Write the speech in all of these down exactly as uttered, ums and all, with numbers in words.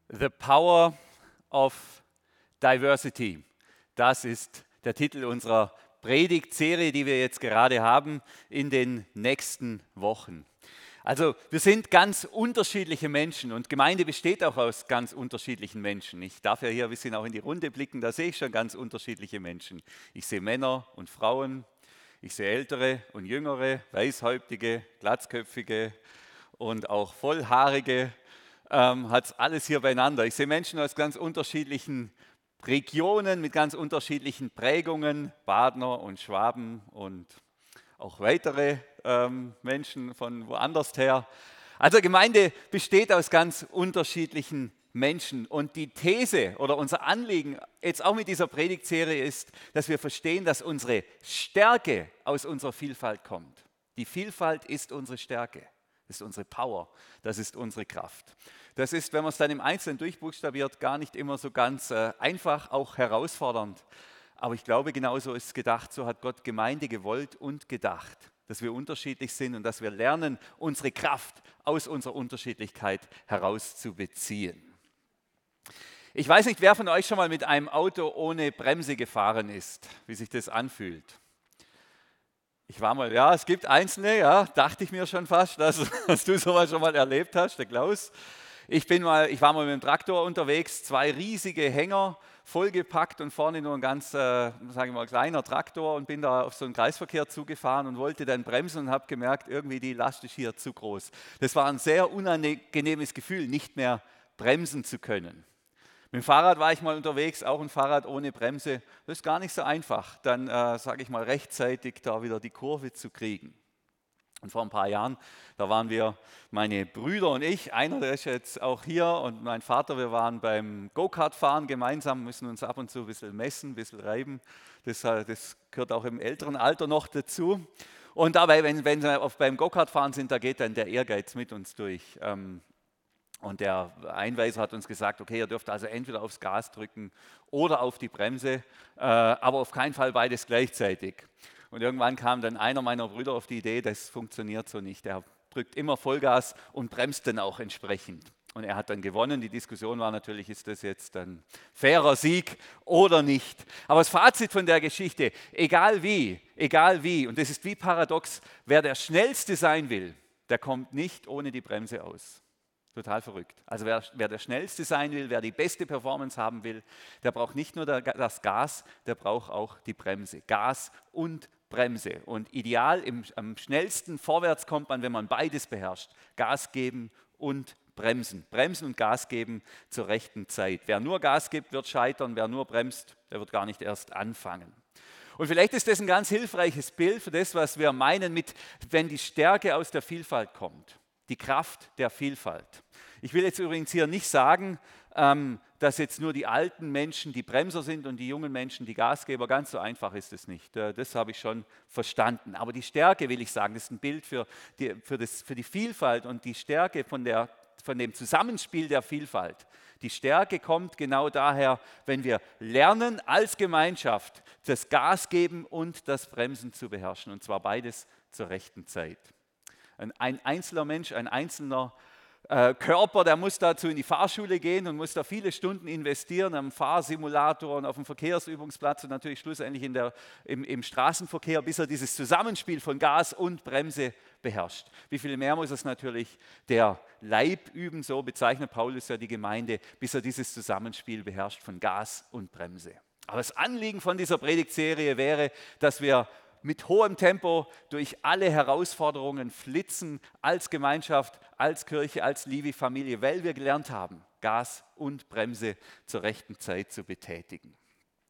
The Power of Diversity. Das ist der Titel unserer Predigtserie, die wir jetzt gerade haben in den nächsten Wochen. Also wir sind ganz unterschiedliche Menschen und Gemeinde besteht auch aus ganz unterschiedlichen Menschen. Ich darf ja hier ein bisschen auch in die Runde blicken, da sehe ich schon ganz unterschiedliche Menschen. Ich sehe Männer und Frauen, ich sehe ältere und jüngere, weißhäuptige, glatzköpfige und auch vollhaarige. Ähm, hat es alles hier beieinander. Ich sehe Menschen aus ganz unterschiedlichen Regionen mit ganz unterschiedlichen Prägungen, Badner und Schwaben und auch weitere ähm, Menschen von woanders her. Also Gemeinde besteht aus ganz unterschiedlichen Menschen und die These oder unser Anliegen jetzt auch mit dieser Predigtserie ist, dass wir verstehen, dass unsere Stärke aus unserer Vielfalt kommt. Die Vielfalt ist unsere Stärke. Das ist unsere Power, das ist unsere Kraft. Das ist, wenn man es dann im Einzelnen durchbuchstabiert, gar nicht immer so ganz äh, einfach, auch herausfordernd. Aber ich glaube, genauso ist es gedacht, so hat Gott Gemeinde gewollt und gedacht, dass wir unterschiedlich sind und dass wir lernen, unsere Kraft aus unserer Unterschiedlichkeit herauszubeziehen. Ich weiß nicht, wer von euch schon mal mit einem Auto ohne Bremse gefahren ist, wie sich das anfühlt. Ich war mal, ja, es gibt Einzelne, ja, dachte ich mir schon fast, dass, dass du sowas schon mal erlebt hast, der Klaus. Ich, bin mal, ich war mal mit dem Traktor unterwegs, zwei riesige Hänger, vollgepackt und vorne nur ein ganz, äh, sagen wir mal, kleiner Traktor und bin da auf so einen Kreisverkehr zugefahren und wollte dann bremsen und habe gemerkt, irgendwie die Last ist hier zu groß. Das war ein sehr unangenehmes Gefühl, nicht mehr bremsen zu können. Mit dem Fahrrad war ich mal unterwegs, auch ein Fahrrad ohne Bremse. Das ist gar nicht so einfach, dann, äh, sage ich mal, rechtzeitig da wieder die Kurve zu kriegen. Und vor ein paar Jahren, da waren wir, meine Brüder und ich, einer, der ist jetzt auch hier und mein Vater, wir waren beim Go-Kart-Fahren gemeinsam, müssen uns ab und zu ein bisschen messen, ein bisschen reiben. Das, das gehört auch im älteren Alter noch dazu. Und dabei, wenn, wenn wir auf, beim Go-Kart-Fahren sind, da geht dann der Ehrgeiz mit uns durch. Ähm, Und der Einweiser hat uns gesagt, okay, ihr dürft also entweder aufs Gas drücken oder auf die Bremse, äh, aber auf keinen Fall beides gleichzeitig. Und irgendwann kam dann einer meiner Brüder auf die Idee, das funktioniert so nicht. Er drückt immer Vollgas und bremst dann auch entsprechend. Und er hat dann gewonnen. Die Diskussion war natürlich, ist das jetzt ein fairer Sieg oder nicht. Aber das Fazit von der Geschichte, egal wie, egal wie, und das ist wie paradox, wer der Schnellste sein will, der kommt nicht ohne die Bremse aus. Total verrückt. Also wer, wer der Schnellste sein will, wer die beste Performance haben will, der braucht nicht nur das Gas, der braucht auch die Bremse. Gas und Bremse. Und ideal, im, am schnellsten vorwärts kommt man, wenn man beides beherrscht. Gas geben und bremsen. Bremsen und Gas geben zur rechten Zeit. Wer nur Gas gibt, wird scheitern. Wer nur bremst, der wird gar nicht erst anfangen. Und vielleicht ist das ein ganz hilfreiches Bild für das, was wir meinen mit, wenn die Stärke aus der Vielfalt kommt. Die Kraft der Vielfalt. Ich will jetzt übrigens hier nicht sagen, ähm, dass jetzt nur die alten Menschen die Bremser sind und die jungen Menschen die Gasgeber. Ganz so einfach ist es nicht. Äh, das habe ich schon verstanden. Aber die Stärke, will ich sagen, das ist ein Bild für die, für das, für die Vielfalt und die Stärke von, der, von dem Zusammenspiel der Vielfalt. Die Stärke kommt genau daher, wenn wir lernen, als Gemeinschaft das Gas geben und das Bremsen zu beherrschen. Und zwar beides zur rechten Zeit. Ein einzelner Mensch, ein einzelner äh, Körper, der muss dazu in die Fahrschule gehen und muss da viele Stunden investieren am Fahrsimulator und auf dem Verkehrsübungsplatz und natürlich schlussendlich in der, im, im Straßenverkehr, bis er dieses Zusammenspiel von Gas und Bremse beherrscht. Wie viel mehr muss es natürlich der Leib üben, so bezeichnet Paulus ja die Gemeinde, bis er dieses Zusammenspiel beherrscht von Gas und Bremse. Aber das Anliegen von dieser Predigtserie wäre, dass wir mit hohem Tempo durch alle Herausforderungen flitzen, als Gemeinschaft, als Kirche, als Livi-Familie, weil wir gelernt haben, Gas und Bremse zur rechten Zeit zu betätigen.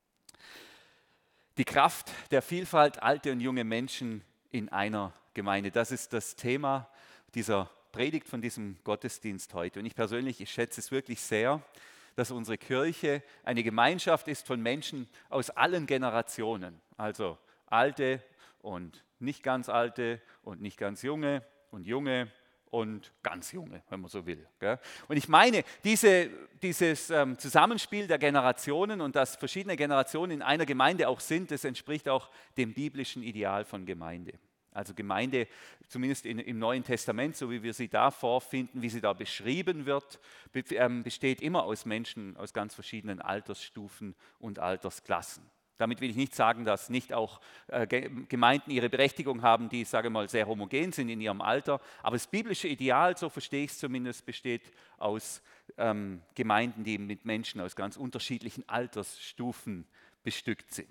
Die Kraft der Vielfalt, alte und junge Menschen in einer Gemeinde, das ist das Thema dieser Predigt von diesem Gottesdienst heute. Und ich persönlich, ich schätze es wirklich sehr, dass unsere Kirche eine Gemeinschaft ist von Menschen aus allen Generationen, also Alte und nicht ganz alte und nicht ganz junge und junge und ganz junge, wenn man so will. Gell? Und ich meine, diese, dieses ähm, Zusammenspiel der Generationen und dass verschiedene Generationen in einer Gemeinde auch sind, das entspricht auch dem biblischen Ideal von Gemeinde. Also Gemeinde, zumindest in, im Neuen Testament, so wie wir sie da vorfinden, wie sie da beschrieben wird, be, ähm, besteht immer aus Menschen aus ganz verschiedenen Altersstufen und Altersklassen. Damit will ich nicht sagen, dass nicht auch äh, Gemeinden ihre Berechtigung haben, die, sage mal, sehr homogen sind in ihrem Alter. Aber das biblische Ideal, so verstehe ich es zumindest, besteht aus ähm, Gemeinden, die mit Menschen aus ganz unterschiedlichen Altersstufen bestückt sind.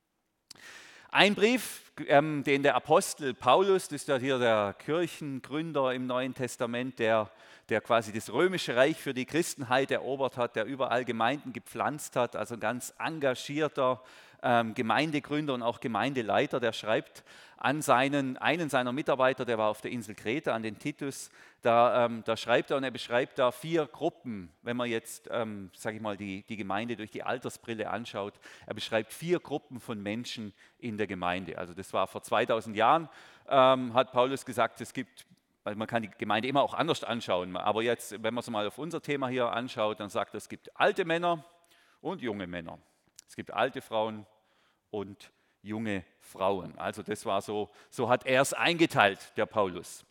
Ein Brief, ähm, den der Apostel Paulus, das ist ja hier der Kirchengründer im Neuen Testament, der, der quasi das römische Reich für die Christenheit erobert hat, der überall Gemeinden gepflanzt hat, also ein ganz engagierter ähm, Gemeindegründer und auch Gemeindeleiter, der schreibt an seinen, einen seiner Mitarbeiter, der war auf der Insel Kreta, an den Titus, da, ähm, da schreibt er und er beschreibt da vier Gruppen, wenn man jetzt, ähm, sage ich mal, die, die Gemeinde durch die Altersbrille anschaut. Er beschreibt vier Gruppen von Menschen in der Gemeinde. Also das war vor zweitausend Jahren, ähm, hat Paulus gesagt, es gibt, weil man kann die Gemeinde immer auch anders anschauen, aber jetzt, wenn man es mal auf unser Thema hier anschaut, dann sagt er, es gibt alte Männer und junge Männer. Es gibt alte Frauen und junge Frauen. Also das war so, so hat er es eingeteilt, der Paulus.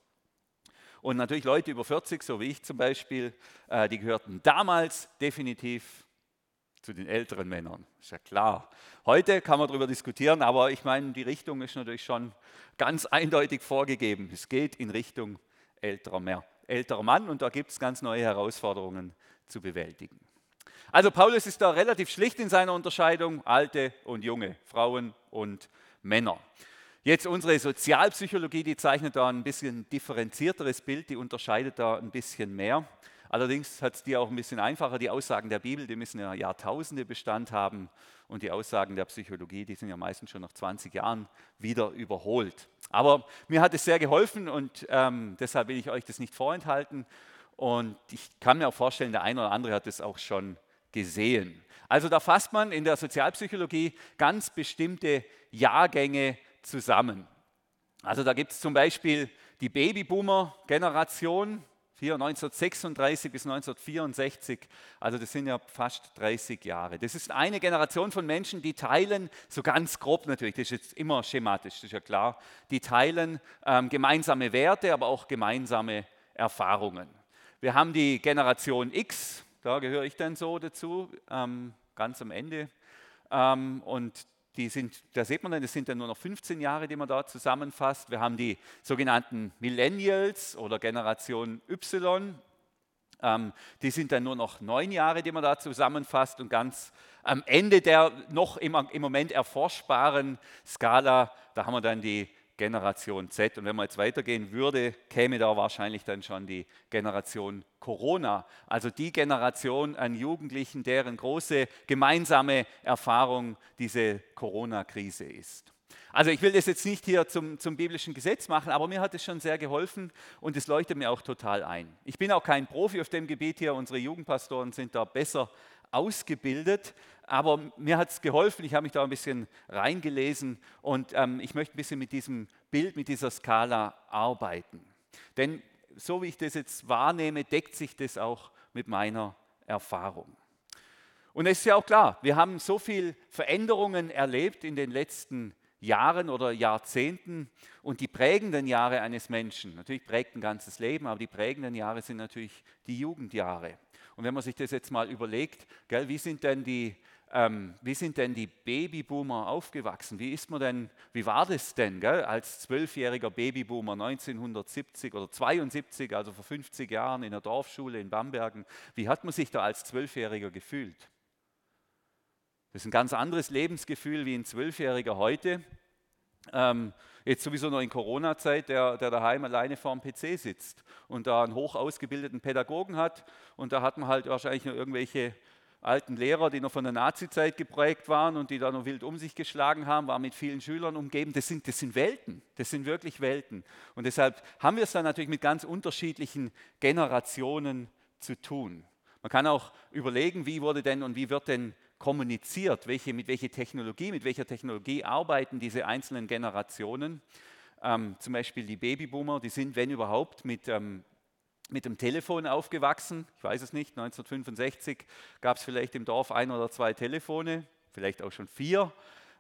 Und natürlich Leute über vierzig, so wie ich zum Beispiel, äh, die gehörten damals definitiv zu den älteren Männern. Ist ja klar. Heute kann man darüber diskutieren, aber ich meine, die Richtung ist natürlich schon ganz eindeutig vorgegeben. Es geht in Richtung älterer, mehr, älterer Mann und da gibt es ganz neue Herausforderungen zu bewältigen. Also Paulus ist da relativ schlicht in seiner Unterscheidung, alte und junge, Frauen und Männer. Jetzt unsere Sozialpsychologie, die zeichnet da ein bisschen differenzierteres Bild, die unterscheidet da ein bisschen mehr. Allerdings hat es die auch ein bisschen einfacher. Die Aussagen der Bibel, die müssen ja Jahrtausende Bestand haben und die Aussagen der Psychologie, die sind ja meistens schon nach zwanzig Jahren wieder überholt. Aber mir hat es sehr geholfen und ähm, deshalb will ich euch das nicht vorenthalten. Und ich kann mir auch vorstellen, der eine oder andere hat es auch schon gesehen. Also da fasst man in der Sozialpsychologie ganz bestimmte Jahrgänge zusammen. Also da gibt es zum Beispiel die Babyboomer-Generation, hier neunzehnhundertsechsunddreißig bis neunzehnhundertvierundsechzig, also das sind ja fast dreißig Jahre. Das ist eine Generation von Menschen, die teilen, so ganz grob natürlich, das ist jetzt immer schematisch, das ist ja klar, die teilen ähm, gemeinsame Werte, aber auch gemeinsame Erfahrungen. Wir haben die Generation X, da gehöre ich dann so dazu, ähm, ganz am Ende. Ähm, und die sind, da sieht man dann, das sind dann nur noch fünfzehn Jahre, die man da zusammenfasst. Wir haben die sogenannten Millennials oder Generation Y. Ähm, die sind dann nur noch neun Jahre, die man da zusammenfasst. Und ganz am Ende der noch im, im Moment erforschbaren Skala, da haben wir dann die Generation Z. Und wenn man jetzt weitergehen würde, käme da wahrscheinlich dann schon die Generation Corona. Also die Generation an Jugendlichen, deren große gemeinsame Erfahrung diese Corona-Krise ist. Also ich will das jetzt nicht hier zum, zum biblischen Gesetz machen, aber mir hat es schon sehr geholfen und es leuchtet mir auch total ein. Ich bin auch kein Profi auf dem Gebiet hier, unsere Jugendpastoren sind da besser ausgebildet, aber mir hat es geholfen, ich habe mich da ein bisschen reingelesen und ähm, ich möchte ein bisschen mit diesem Bild, mit dieser Skala arbeiten. Denn so wie ich das jetzt wahrnehme, deckt sich das auch mit meiner Erfahrung. Und es ist ja auch klar, wir haben so viele Veränderungen erlebt in den letzten Jahren oder Jahrzehnten und die prägenden Jahre eines Menschen, natürlich prägt ein ganzes Leben, aber die prägenden Jahre sind natürlich die Jugendjahre. Und wenn man sich das jetzt mal überlegt, gell, wie sind denn die, ähm, wie sind denn die Babyboomer aufgewachsen? Wie ist man denn, wie war das denn, gell, als zwölfjähriger Babyboomer neunzehnhundertsiebzig oder zweiundsiebzig, also vor fünfzig Jahren in der Dorfschule in Bambergen? Wie hat man sich da als Zwölfjähriger gefühlt? Das ist ein ganz anderes Lebensgefühl wie ein Zwölfjähriger heute. Ähm, jetzt sowieso noch in Corona-Zeit, der, der daheim alleine vor dem P C sitzt und da einen hoch ausgebildeten Pädagogen hat. Und da hat man halt wahrscheinlich noch irgendwelche alten Lehrer, die noch von der Nazi-Zeit geprägt waren und die da noch wild um sich geschlagen haben, war mit vielen Schülern umgeben. Das sind, das sind Welten, das sind wirklich Welten. Und deshalb haben wir es dann natürlich mit ganz unterschiedlichen Generationen zu tun. Man kann auch überlegen, wie wurde denn und wie wird denn kommuniziert, welche, mit welcher Technologie, mit welcher Technologie arbeiten diese einzelnen Generationen. Ähm, zum Beispiel die Babyboomer, die sind, wenn überhaupt, mit, ähm, mit dem Telefon aufgewachsen. Ich weiß es nicht, neunzehnhundertfünfundsechzig gab es vielleicht im Dorf ein oder zwei Telefone, vielleicht auch schon vier.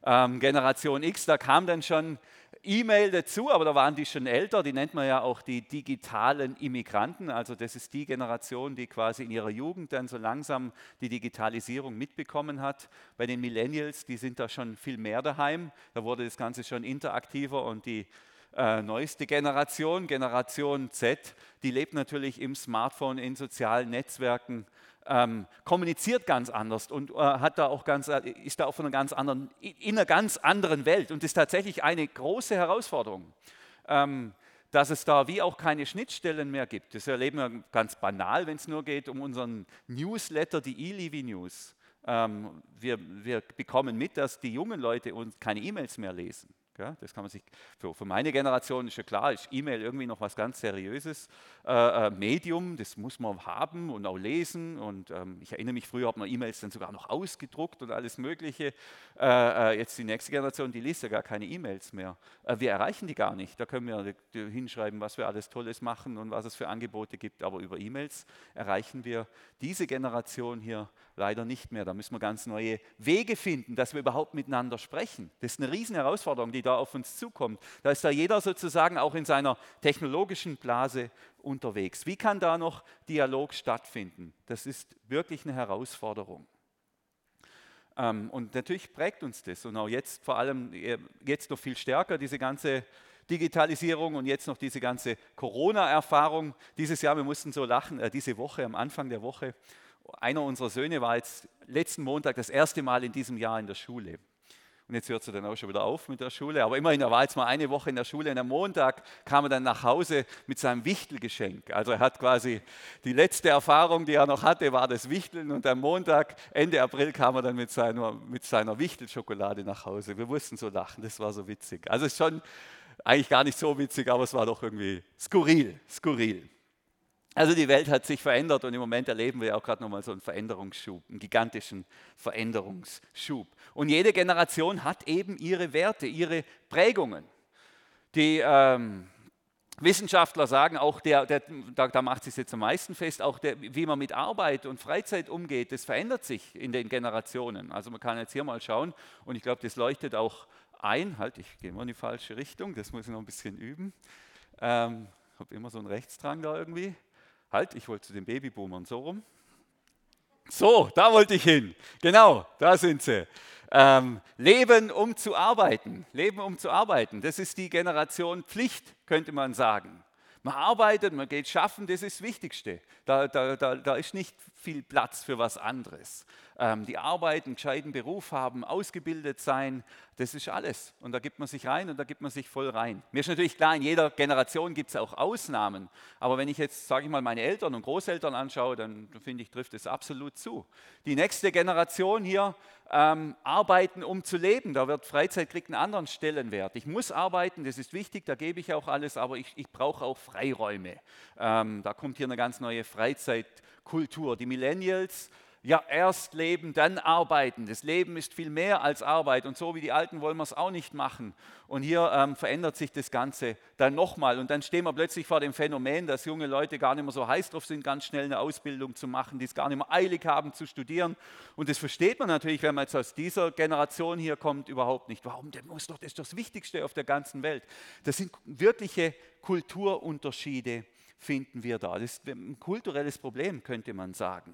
Ähm, Generation X, da kam dann schon E-Mail dazu, aber da waren die schon älter, die nennt man ja auch die digitalen Immigranten, also das ist die Generation, die quasi in ihrer Jugend dann so langsam die Digitalisierung mitbekommen hat. Bei den Millennials, die sind da schon viel mehr daheim, da wurde das Ganze schon interaktiver und die äh, neueste Generation, Generation Z, die lebt natürlich im Smartphone, in sozialen Netzwerken, Ähm, kommuniziert ganz anders und äh, hat da auch ganz, ist da auch von einer ganz anderen, in einer ganz anderen Welt und ist tatsächlich eine große Herausforderung, ähm, dass es da wie auch keine Schnittstellen mehr gibt. Das erleben wir ganz banal, wenn es nur geht um unseren Newsletter, die eLevi News. Ähm, wir, wir bekommen mit, dass die jungen Leute uns keine E-Mails mehr lesen. Ja, das kann man sich, für, für meine Generation ist ja klar, ist E-Mail irgendwie noch was ganz Seriöses. Äh, äh, Medium, das muss man haben und auch lesen. Und ähm, ich erinnere mich, früher hat man E-Mails dann sogar noch ausgedruckt und alles Mögliche. Äh, äh, jetzt die nächste Generation, die liest ja gar keine E-Mails mehr. Äh, wir erreichen die gar nicht. Da können wir hinschreiben, was wir alles Tolles machen und was es für Angebote gibt. Aber über E-Mails erreichen wir diese Generation hier leider nicht mehr. Da müssen wir ganz neue Wege finden, dass wir überhaupt miteinander sprechen. Das ist eine riesen Herausforderung, die da auf uns zukommt. Da ist da jeder sozusagen auch in seiner technologischen Blase unterwegs. Wie kann da noch Dialog stattfinden? Das ist wirklich eine Herausforderung. Ähm, und natürlich prägt uns das. Und auch jetzt vor allem, jetzt noch viel stärker, diese ganze Digitalisierung und jetzt noch diese ganze Corona-Erfahrung. Dieses Jahr, wir mussten so lachen, äh, diese Woche, am Anfang der Woche, einer unserer Söhne war jetzt letzten Montag das erste Mal in diesem Jahr in der Schule. Und jetzt hört sie dann auch schon wieder auf mit der Schule. Aber immerhin, er war jetzt mal eine Woche in der Schule. Und am Montag kam er dann nach Hause mit seinem Wichtelgeschenk. Also er hat quasi die letzte Erfahrung, die er noch hatte, war das Wichteln. Und am Montag, Ende April, kam er dann mit seiner, mit seiner Wichtelschokolade nach Hause. Wir mussten so lachen, das war so witzig. Also es ist schon eigentlich gar nicht so witzig, aber es war doch irgendwie skurril, skurril. Also die Welt hat sich verändert und im Moment erleben wir auch gerade nochmal so einen Veränderungsschub, einen gigantischen Veränderungsschub. Und jede Generation hat eben ihre Werte, ihre Prägungen. Die ähm, Wissenschaftler sagen auch, der, der, da, da macht es sich jetzt am meisten fest, auch der, wie man mit Arbeit und Freizeit umgeht, das verändert sich in den Generationen. Also man kann jetzt hier mal schauen und ich glaube, das leuchtet auch ein. Halt, ich gehe mal in die falsche Richtung, das muss ich noch ein bisschen üben. Ähm, ich habe immer so einen Rechtsdrang da irgendwie. Halt, ich wollte zu den Babyboomern, so rum. So, da wollte ich hin. Genau, da sind sie. Ähm, Leben, um zu arbeiten. Leben, um zu arbeiten. Das ist die Generation Pflicht, könnte man sagen. Man arbeitet, man geht schaffen, das ist das Wichtigste. Da, da, da, da ist nicht viel Platz für was anderes. Ähm, die Arbeit, einen gescheiten Beruf haben, ausgebildet sein, das ist alles. Und da gibt man sich rein und da gibt man sich voll rein. Mir ist natürlich klar, in jeder Generation gibt es auch Ausnahmen. Aber wenn ich jetzt, sage ich mal, meine Eltern und Großeltern anschaue, dann finde ich, trifft es absolut zu. Die nächste Generation hier, ähm, arbeiten, um zu leben. Da wird Freizeit kriegt einen anderen Stellenwert. Ich muss arbeiten, das ist wichtig, da gebe ich auch alles, aber ich, ich brauche auch Freiräume. Ähm, da kommt hier eine ganz neue Freizeitkultur. Die Millennials, ja, erst leben, dann arbeiten. Das Leben ist viel mehr als Arbeit und so wie die Alten wollen wir es auch nicht machen. Und hier ähm, verändert sich das Ganze dann nochmal und dann stehen wir plötzlich vor dem Phänomen, dass junge Leute gar nicht mehr so heiß drauf sind, ganz schnell eine Ausbildung zu machen, die es gar nicht mehr eilig haben zu studieren. Und das versteht man natürlich, wenn man jetzt aus dieser Generation hier kommt, überhaupt nicht. Warum? Das muss doch, das ist doch das Wichtigste auf der ganzen Welt. Das sind wirkliche Kulturunterschiede, finden wir da. Das ist ein kulturelles Problem, könnte man sagen.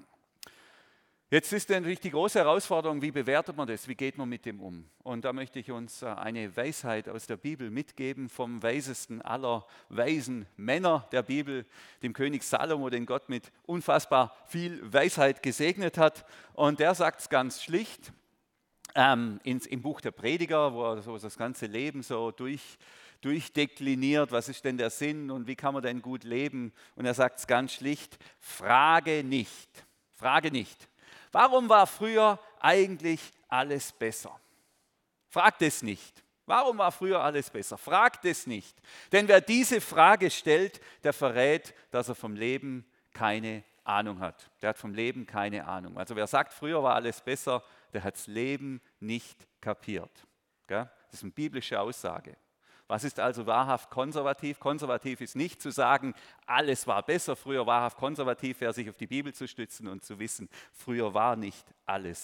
Jetzt ist natürlich die große Herausforderung, wie bewertet man das, wie geht man mit dem um? Und da möchte ich uns eine Weisheit aus der Bibel mitgeben, vom weisesten aller weisen Männer der Bibel, dem König Salomo, den Gott mit unfassbar viel Weisheit gesegnet hat. Und der sagt es ganz schlicht ähm, ins, im Buch der Prediger, wo er so das ganze Leben so durch, durchdekliniert, was ist denn der Sinn und wie kann man denn gut leben? Und er sagt es ganz schlicht, frage nicht, frage nicht. Warum war früher eigentlich alles besser? Fragt es nicht. Warum war früher alles besser? Fragt es nicht. Denn wer diese Frage stellt, der verrät, dass er vom Leben keine Ahnung hat. Der hat vom Leben keine Ahnung. Also wer sagt, früher war alles besser, der hat das Leben nicht kapiert. Das ist eine biblische Aussage. Was ist also wahrhaft konservativ? Konservativ ist nicht zu sagen, alles war besser. Früher wahrhaft konservativ wäre, sich auf die Bibel zu stützen und zu wissen, früher war nicht alles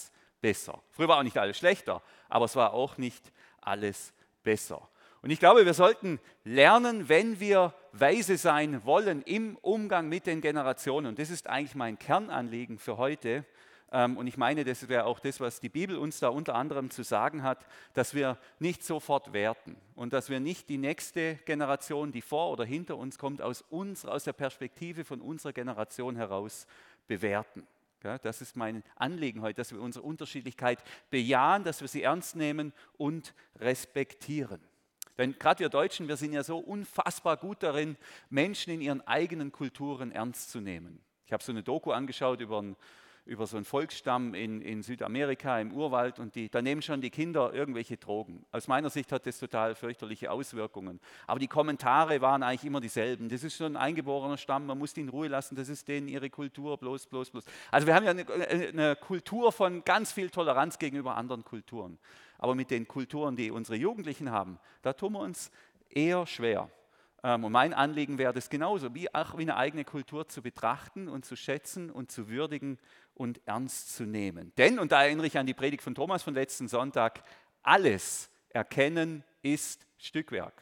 besser. Früher war auch nicht alles schlechter, aber es war auch nicht alles besser. Und ich glaube, wir sollten lernen, wenn wir weise sein wollen im Umgang mit den Generationen. Und das ist eigentlich mein Kernanliegen für heute. Und ich meine, das wäre auch das, was die Bibel uns da unter anderem zu sagen hat, dass wir nicht sofort werten und dass wir nicht die nächste Generation, die vor oder hinter uns kommt, aus, uns, aus der Perspektive von unserer Generation heraus bewerten. Ja, das ist mein Anliegen heute, dass wir unsere Unterschiedlichkeit bejahen, dass wir sie ernst nehmen und respektieren. Denn gerade wir Deutschen, wir sind ja so unfassbar gut darin, Menschen in ihren eigenen Kulturen ernst zu nehmen. Ich habe so eine Doku angeschaut über, ein, über so einen Volksstamm in, in Südamerika im Urwald und die, da nehmen schon die Kinder irgendwelche Drogen. Aus meiner Sicht hat das total fürchterliche Auswirkungen. Aber die Kommentare waren eigentlich immer dieselben. Das ist so ein eingeborener Stamm, man muss die in Ruhe lassen, das ist denen ihre Kultur, bloß, bloß, bloß. Also wir haben ja eine, eine Kultur von ganz viel Toleranz gegenüber anderen Kulturen. Aber mit den Kulturen, die unsere Jugendlichen haben, da tun wir uns eher schwer. Und mein Anliegen wäre das genauso, wie auch wie eine eigene Kultur zu betrachten und zu schätzen und zu würdigen und ernst zu nehmen. Denn, und da erinnere ich an die Predigt von Thomas von letzten Sonntag, alles erkennen ist Stückwerk.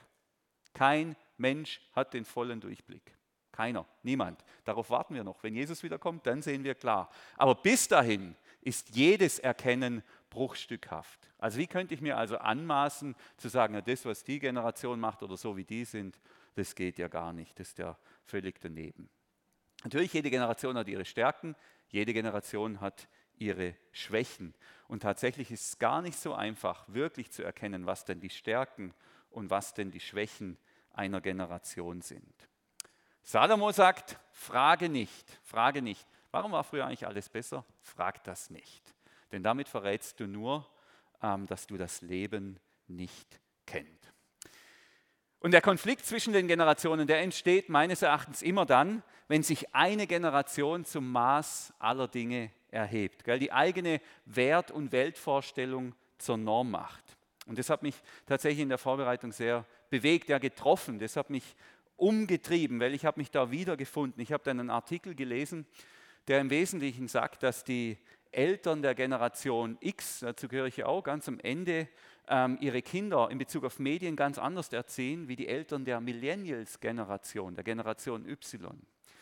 Kein Mensch hat den vollen Durchblick. Keiner, niemand. Darauf warten wir noch. Wenn Jesus wiederkommt, dann sehen wir klar. Aber bis dahin ist jedes Erkennen bruchstückhaft. Also wie könnte ich mir also anmaßen zu sagen, ja, das, was die Generation macht oder so wie die sind, das geht ja gar nicht, das ist ja völlig daneben. Natürlich, jede Generation hat ihre Stärken, jede Generation hat ihre Schwächen. Und tatsächlich ist es gar nicht so einfach, wirklich zu erkennen, was denn die Stärken und was denn die Schwächen einer Generation sind. Salomo sagt, frage nicht, frage nicht. Warum war früher eigentlich alles besser? Frag das nicht. Denn damit verrätst du nur, ähm, dass du das Leben nicht kennst. Und der Konflikt zwischen den Generationen, der entsteht meines Erachtens immer dann, wenn sich eine Generation zum Maß aller Dinge erhebt, gell? Die eigene Wert- und Weltvorstellung zur Norm macht. Und das hat mich tatsächlich in der Vorbereitung sehr bewegt, ja getroffen. Das hat mich umgetrieben, weil ich habe mich da wiedergefunden. Ich habe dann einen Artikel gelesen, der im Wesentlichen sagt, dass die Eltern der Generation X, dazu gehöre ich ja auch, ganz am Ende ähm, ihre Kinder in Bezug auf Medien ganz anders erziehen wie die Eltern der Millennials-Generation, der Generation Y.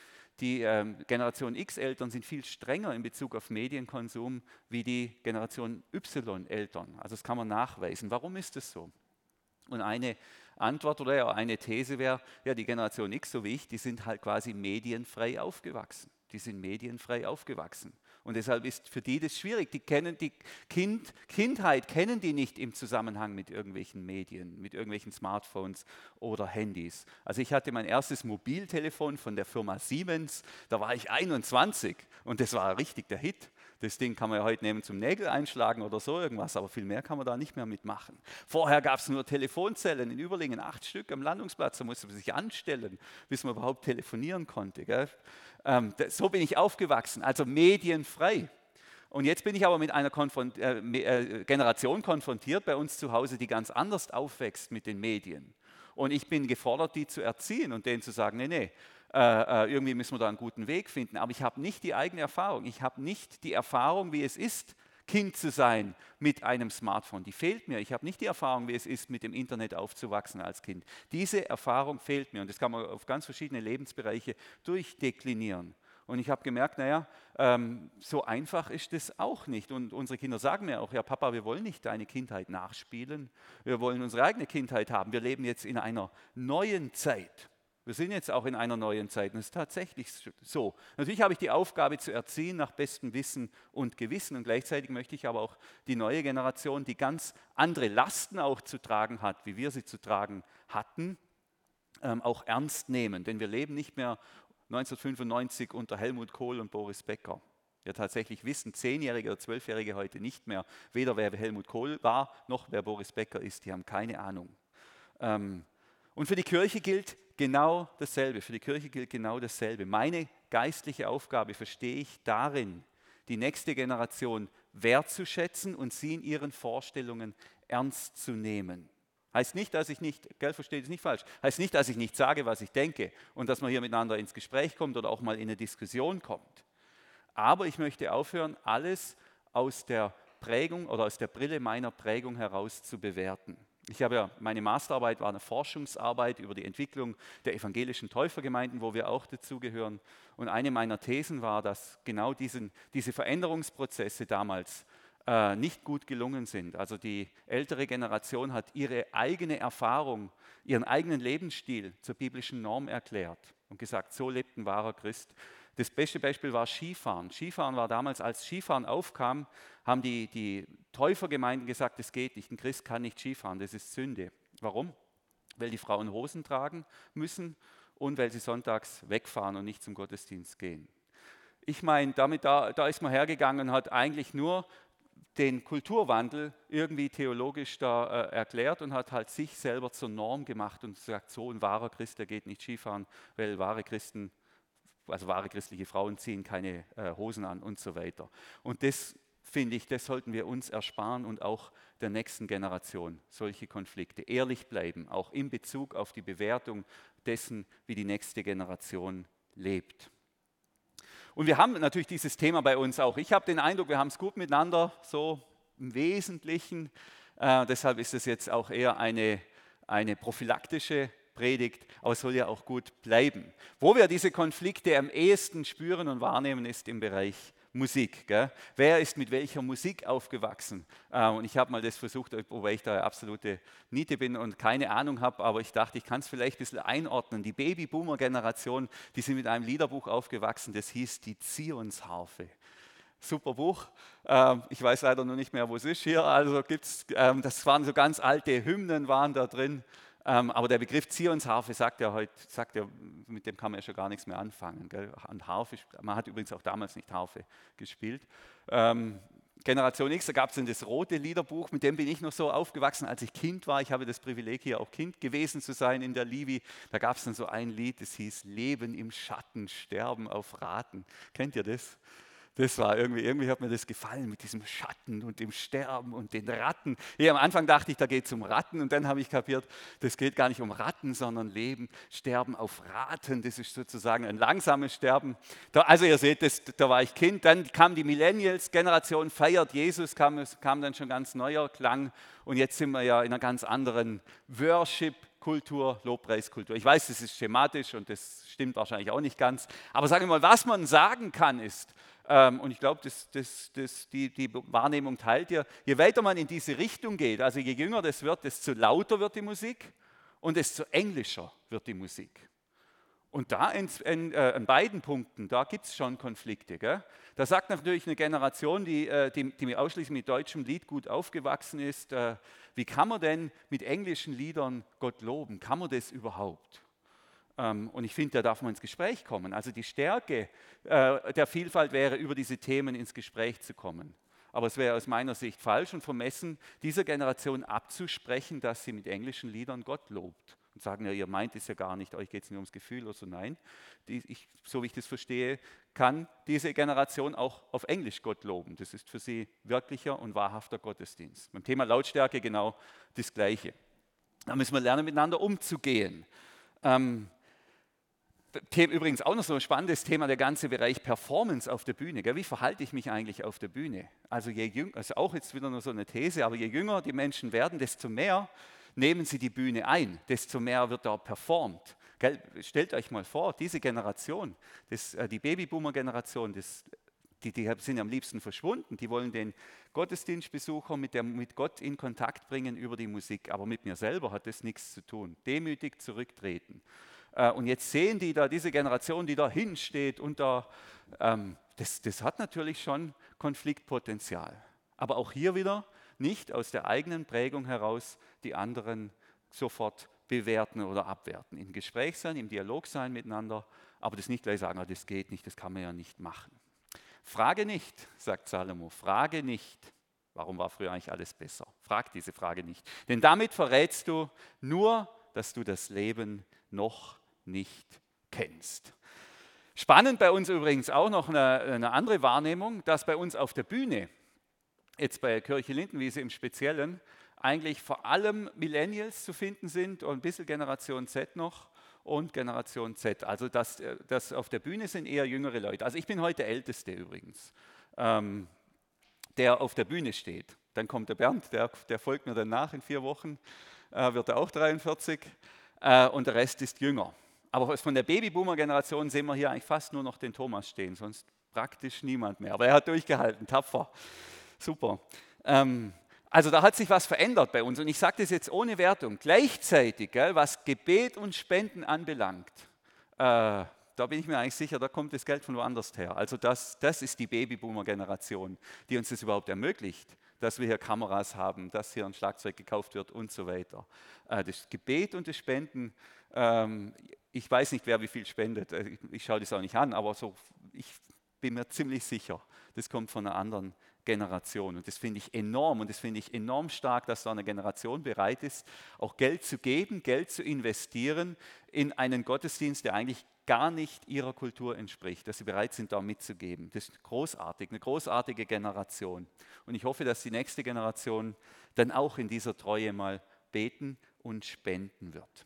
Die ähm, Generation X-Eltern sind viel strenger in Bezug auf Medienkonsum wie die Generation Y-Eltern. Also das kann man nachweisen. Warum ist das so? Und eine Antwort oder ja, eine These wäre, ja, die Generation X, so wie ich, die sind halt quasi medienfrei aufgewachsen. Die sind medienfrei aufgewachsen. Und deshalb ist für die das schwierig. Die kennen die kind, Kindheit kennen die nicht im Zusammenhang mit irgendwelchen Medien, mit irgendwelchen Smartphones oder Handys. Also ich hatte mein erstes Mobiltelefon von der Firma Siemens, da war ich einundzwanzig und das war richtig der Hit. Das Ding kann man ja heute nehmen zum Nägel einschlagen oder so irgendwas, aber viel mehr kann man da nicht mehr mitmachen. Vorher gab es nur Telefonzellen in Überlingen, acht Stück am Landungsplatz, da musste man sich anstellen, bis man überhaupt telefonieren konnte. Gell? Ähm, das, so bin ich aufgewachsen, also medienfrei. Und jetzt bin ich aber mit einer Konfront äh, äh, Generation konfrontiert bei uns zu Hause, die ganz anders aufwächst mit den Medien. Und ich bin gefordert, die zu erziehen und denen zu sagen, nee, nee, äh, äh, irgendwie müssen wir da einen guten Weg finden. Aber ich habe nicht die eigene Erfahrung. Ich habe nicht die Erfahrung, wie es ist, Kind zu sein mit einem Smartphone. Die fehlt mir. Ich habe nicht die Erfahrung, wie es ist, mit dem Internet aufzuwachsen als Kind. Diese Erfahrung fehlt mir und das kann man auf ganz verschiedene Lebensbereiche durchdeklinieren. Und ich habe gemerkt, naja, ähm, so einfach ist das auch nicht. Und unsere Kinder sagen mir auch, ja Papa, wir wollen nicht deine Kindheit nachspielen. Wir wollen unsere eigene Kindheit haben. Wir leben jetzt in einer neuen Zeit. Wir sind jetzt auch in einer neuen Zeit und es ist tatsächlich so. Natürlich habe ich die Aufgabe zu erziehen nach bestem Wissen und Gewissen und gleichzeitig möchte ich aber auch die neue Generation, die ganz andere Lasten auch zu tragen hat, wie wir sie zu tragen hatten, ähm, auch ernst nehmen. Denn wir leben nicht mehr neunzehnhundertfünfundneunzig unter Helmut Kohl und Boris Becker. Wir tatsächlich wissen Zehnjährige oder Zwölfjährige heute nicht mehr, weder wer Helmut Kohl war, noch wer Boris Becker ist. Die haben keine Ahnung. Ähm, und für die Kirche gilt genau dasselbe. Für die Kirche gilt genau dasselbe. Meine geistliche Aufgabe verstehe ich darin, die nächste Generation wertzuschätzen und sie in ihren Vorstellungen ernst zu nehmen. Heißt nicht, dass ich nicht, gell, versteht es nicht falsch, heißt nicht, dass ich nicht sage, was ich denke und dass man hier miteinander ins Gespräch kommt oder auch mal in eine Diskussion kommt. Aber ich möchte aufhören, alles aus der Prägung oder aus der Brille meiner Prägung heraus zu bewerten. Ich habe ja, meine Masterarbeit war eine Forschungsarbeit über die Entwicklung der evangelischen Täufergemeinden, wo wir auch dazugehören. Und eine meiner Thesen war, dass genau diesen, diese Veränderungsprozesse damals äh, nicht gut gelungen sind. Also die ältere Generation hat ihre eigene Erfahrung, ihren eigenen Lebensstil zur biblischen Norm erklärt und gesagt, so lebt ein wahrer Christ. Das beste Beispiel war Skifahren. Skifahren war damals, als Skifahren aufkam, haben die, die Täufergemeinden gesagt, das geht nicht, ein Christ kann nicht Skifahren, das ist Sünde. Warum? Weil die Frauen Hosen tragen müssen und weil sie sonntags wegfahren und nicht zum Gottesdienst gehen. Ich meine, damit da, da ist man hergegangen und hat eigentlich nur den Kulturwandel irgendwie theologisch da äh, erklärt und hat halt sich selber zur Norm gemacht und gesagt, so ein wahrer Christ, der geht nicht Skifahren, weil wahre Christen, also wahre christliche Frauen ziehen keine äh, Hosen an und so weiter. Und das finde ich, das sollten wir uns ersparen und auch der nächsten Generation solche Konflikte ehrlich bleiben, auch in Bezug auf die Bewertung dessen, wie die nächste Generation lebt. Und wir haben natürlich dieses Thema bei uns auch. Ich habe den Eindruck, wir haben es gut miteinander, so im Wesentlichen. Äh, deshalb ist es jetzt auch eher eine, eine prophylaktische Predigt, aber es soll ja auch gut bleiben. Wo wir diese Konflikte am ehesten spüren und wahrnehmen, ist im Bereich Musik. Gell? Wer ist mit welcher Musik aufgewachsen? Äh, und ich habe mal das versucht, wobei ich da eine absolute Niete bin und keine Ahnung habe, aber ich dachte, ich kann es vielleicht ein bisschen einordnen. Die Babyboomer-Generation, die sind mit einem Liederbuch aufgewachsen, das hieß die Zionsharfe. Super Buch. Ähm, ich weiß leider noch nicht mehr, wo es ist hier. Also gibt's, ähm, das waren so ganz alte Hymnen, waren da drin. Ähm, aber der Begriff Zionsharfe sagt ja heute, sagt ja, mit dem kann man ja schon gar nichts mehr anfangen. Gell? Und Harfe, man hat übrigens auch damals nicht Harfe gespielt. Ähm, Generation X, da gab es dann das rote Liederbuch, mit dem bin ich noch so aufgewachsen, als ich Kind war. Ich habe das Privileg, hier auch Kind gewesen zu sein in der Livi. Da gab es dann so ein Lied, das hieß Leben im Schatten, Sterben auf Raten. Kennt ihr das? Das war irgendwie, irgendwie hat mir das gefallen mit diesem Schatten und dem Sterben und den Ratten. Ja, am Anfang dachte ich, da geht es um Ratten und dann habe ich kapiert, das geht gar nicht um Ratten, sondern Leben, Sterben auf Raten. Das ist sozusagen ein langsames Sterben. Da, also ihr seht, das, da war ich Kind. Dann kam die Millennials-Generation, feiert Jesus, kam, kam dann schon ganz neuer Klang und jetzt sind wir ja in einer ganz anderen Worship- Kultur, Lobpreiskultur. Ich weiß, das ist schematisch und das stimmt wahrscheinlich auch nicht ganz. Aber sagen wir mal, was man sagen kann ist, ähm, und ich glaube, das, das, das, die, die Wahrnehmung teilt ihr, je weiter man in diese Richtung geht, also je jünger das wird, desto lauter wird die Musik und desto englischer wird die Musik. Und da in, in, äh, in beiden Punkten, da gibt es schon Konflikte. Gell? Da sagt natürlich eine Generation, die, äh, die, die ausschließlich mit deutschem Lied gut aufgewachsen ist, äh, wie kann man denn mit englischen Liedern Gott loben? Kann man das überhaupt? Ähm, und ich finde, da darf man ins Gespräch kommen. Also die Stärke äh, der Vielfalt wäre, über diese Themen ins Gespräch zu kommen. Aber es wäre aus meiner Sicht falsch und vermessen, dieser Generation abzusprechen, dass sie mit englischen Liedern Gott lobt. Und sagen, ja, ihr meint es ja gar nicht, euch geht es nur ums Gefühl oder so. Nein, die, ich, so wie ich das verstehe, kann diese Generation auch auf Englisch Gott loben. Das ist für sie wirklicher und wahrhafter Gottesdienst. Beim Thema Lautstärke genau das Gleiche. Da müssen wir lernen, miteinander umzugehen. Ähm, Übrigens auch noch so ein spannendes Thema, der ganze Bereich Performance auf der Bühne. Gell? Wie verhalte ich mich eigentlich auf der Bühne? Also je jünger, also auch jetzt wieder nur so eine These, aber je jünger die Menschen werden, desto mehr nehmen sie die Bühne ein, desto mehr wird da performt. Gell? Stellt euch mal vor, diese Generation, das, die Babyboomer-Generation, das, die, die sind am liebsten verschwunden. Die wollen den Gottesdienstbesucher mit, der, mit Gott in Kontakt bringen über die Musik. Aber mit mir selber hat das nichts zu tun. Demütig zurücktreten. Und jetzt sehen die da, diese Generation, die da hinsteht und da, ähm, das, das hat natürlich schon Konfliktpotenzial. Aber auch hier wieder nicht aus der eigenen Prägung heraus die anderen sofort bewerten oder abwerten. Im Gespräch sein, im Dialog sein miteinander, aber das nicht gleich sagen, ah, das geht nicht, das kann man ja nicht machen. Frage nicht, sagt Salomo, frage nicht. Warum war früher eigentlich alles besser? Frag diese Frage nicht. Denn damit verrätst du nur, dass du das Leben noch nicht kennst. Spannend bei uns übrigens auch noch eine, eine andere Wahrnehmung, dass bei uns auf der Bühne, jetzt bei Kirche Lindenwiese im Speziellen, eigentlich vor allem Millennials zu finden sind und ein bisschen Generation Z noch und Generation Z. Also das, das auf der Bühne sind eher jüngere Leute. Also ich bin heute der Älteste übrigens. Ähm, der auf der Bühne steht. Dann kommt der Bernd, der, der folgt mir dann nach in vier Wochen, äh, wird er auch dreiundvierzig äh, und der Rest ist jünger. Aber von der Babyboomer-Generation sehen wir hier eigentlich fast nur noch den Thomas stehen, sonst praktisch niemand mehr. Aber er hat durchgehalten, tapfer, super. Ähm, also da hat sich was verändert bei uns und ich sage das jetzt ohne Wertung. Gleichzeitig, gell, was Gebet und Spenden anbelangt, äh, da bin ich mir eigentlich sicher, da kommt das Geld von woanders her. Also das, das ist die Babyboomer-Generation, die uns das überhaupt ermöglicht, dass wir hier Kameras haben, dass hier ein Schlagzeug gekauft wird und so weiter. Äh, das Gebet und das Spenden, ähm, ich weiß nicht, wer wie viel spendet, ich, ich schaue das auch nicht an, aber so, ich bin mir ziemlich sicher, das kommt von einer anderen Generation. Und das finde ich enorm und das finde ich enorm stark, dass da eine Generation bereit ist, auch Geld zu geben, Geld zu investieren in einen Gottesdienst, der eigentlich gar nicht ihrer Kultur entspricht, dass sie bereit sind, da mitzugeben. Das ist großartig, eine großartige Generation. Und ich hoffe, dass die nächste Generation dann auch in dieser Treue mal beten und spenden wird.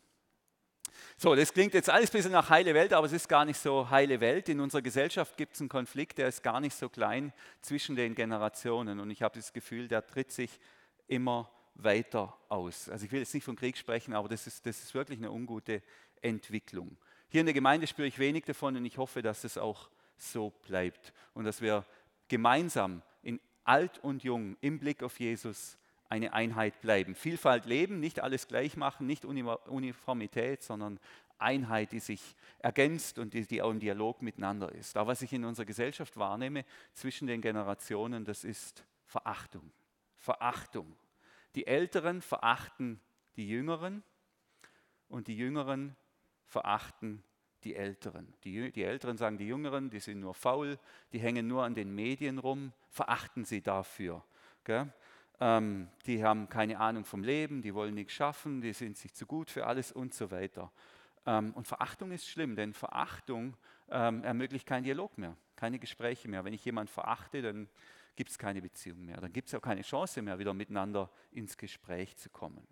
So, das klingt jetzt alles ein bisschen nach heile Welt, aber es ist gar nicht so heile Welt. In unserer Gesellschaft gibt es einen Konflikt, der ist gar nicht so klein zwischen den Generationen. Und ich habe das Gefühl, der tritt sich immer weiter aus. Also ich will jetzt nicht von Krieg sprechen, aber das ist, das ist wirklich eine ungute Entwicklung. Hier in der Gemeinde spüre ich wenig davon und ich hoffe, dass es auch so bleibt. Und dass wir gemeinsam in alt und jung im Blick auf Jesus eine Einheit bleiben. Vielfalt leben, nicht alles gleich machen, nicht Uniformität, sondern Einheit, die sich ergänzt und die, die auch im Dialog miteinander ist. Aber was ich in unserer Gesellschaft wahrnehme zwischen den Generationen, das ist Verachtung. Verachtung. Die Älteren verachten die Jüngeren und die Jüngeren verachten die Älteren. Die, die Älteren sagen, die Jüngeren, die sind nur faul, die hängen nur an den Medien rum, verachten sie dafür. Gell? Ähm, die haben keine Ahnung vom Leben, die wollen nichts schaffen, die sind sich zu gut für alles und so weiter. Ähm, und Verachtung ist schlimm, denn Verachtung ähm, ermöglicht keinen Dialog mehr, keine Gespräche mehr. Wenn ich jemanden verachte, dann gibt es keine Beziehung mehr, dann gibt es auch keine Chance mehr, wieder miteinander ins Gespräch zu kommen.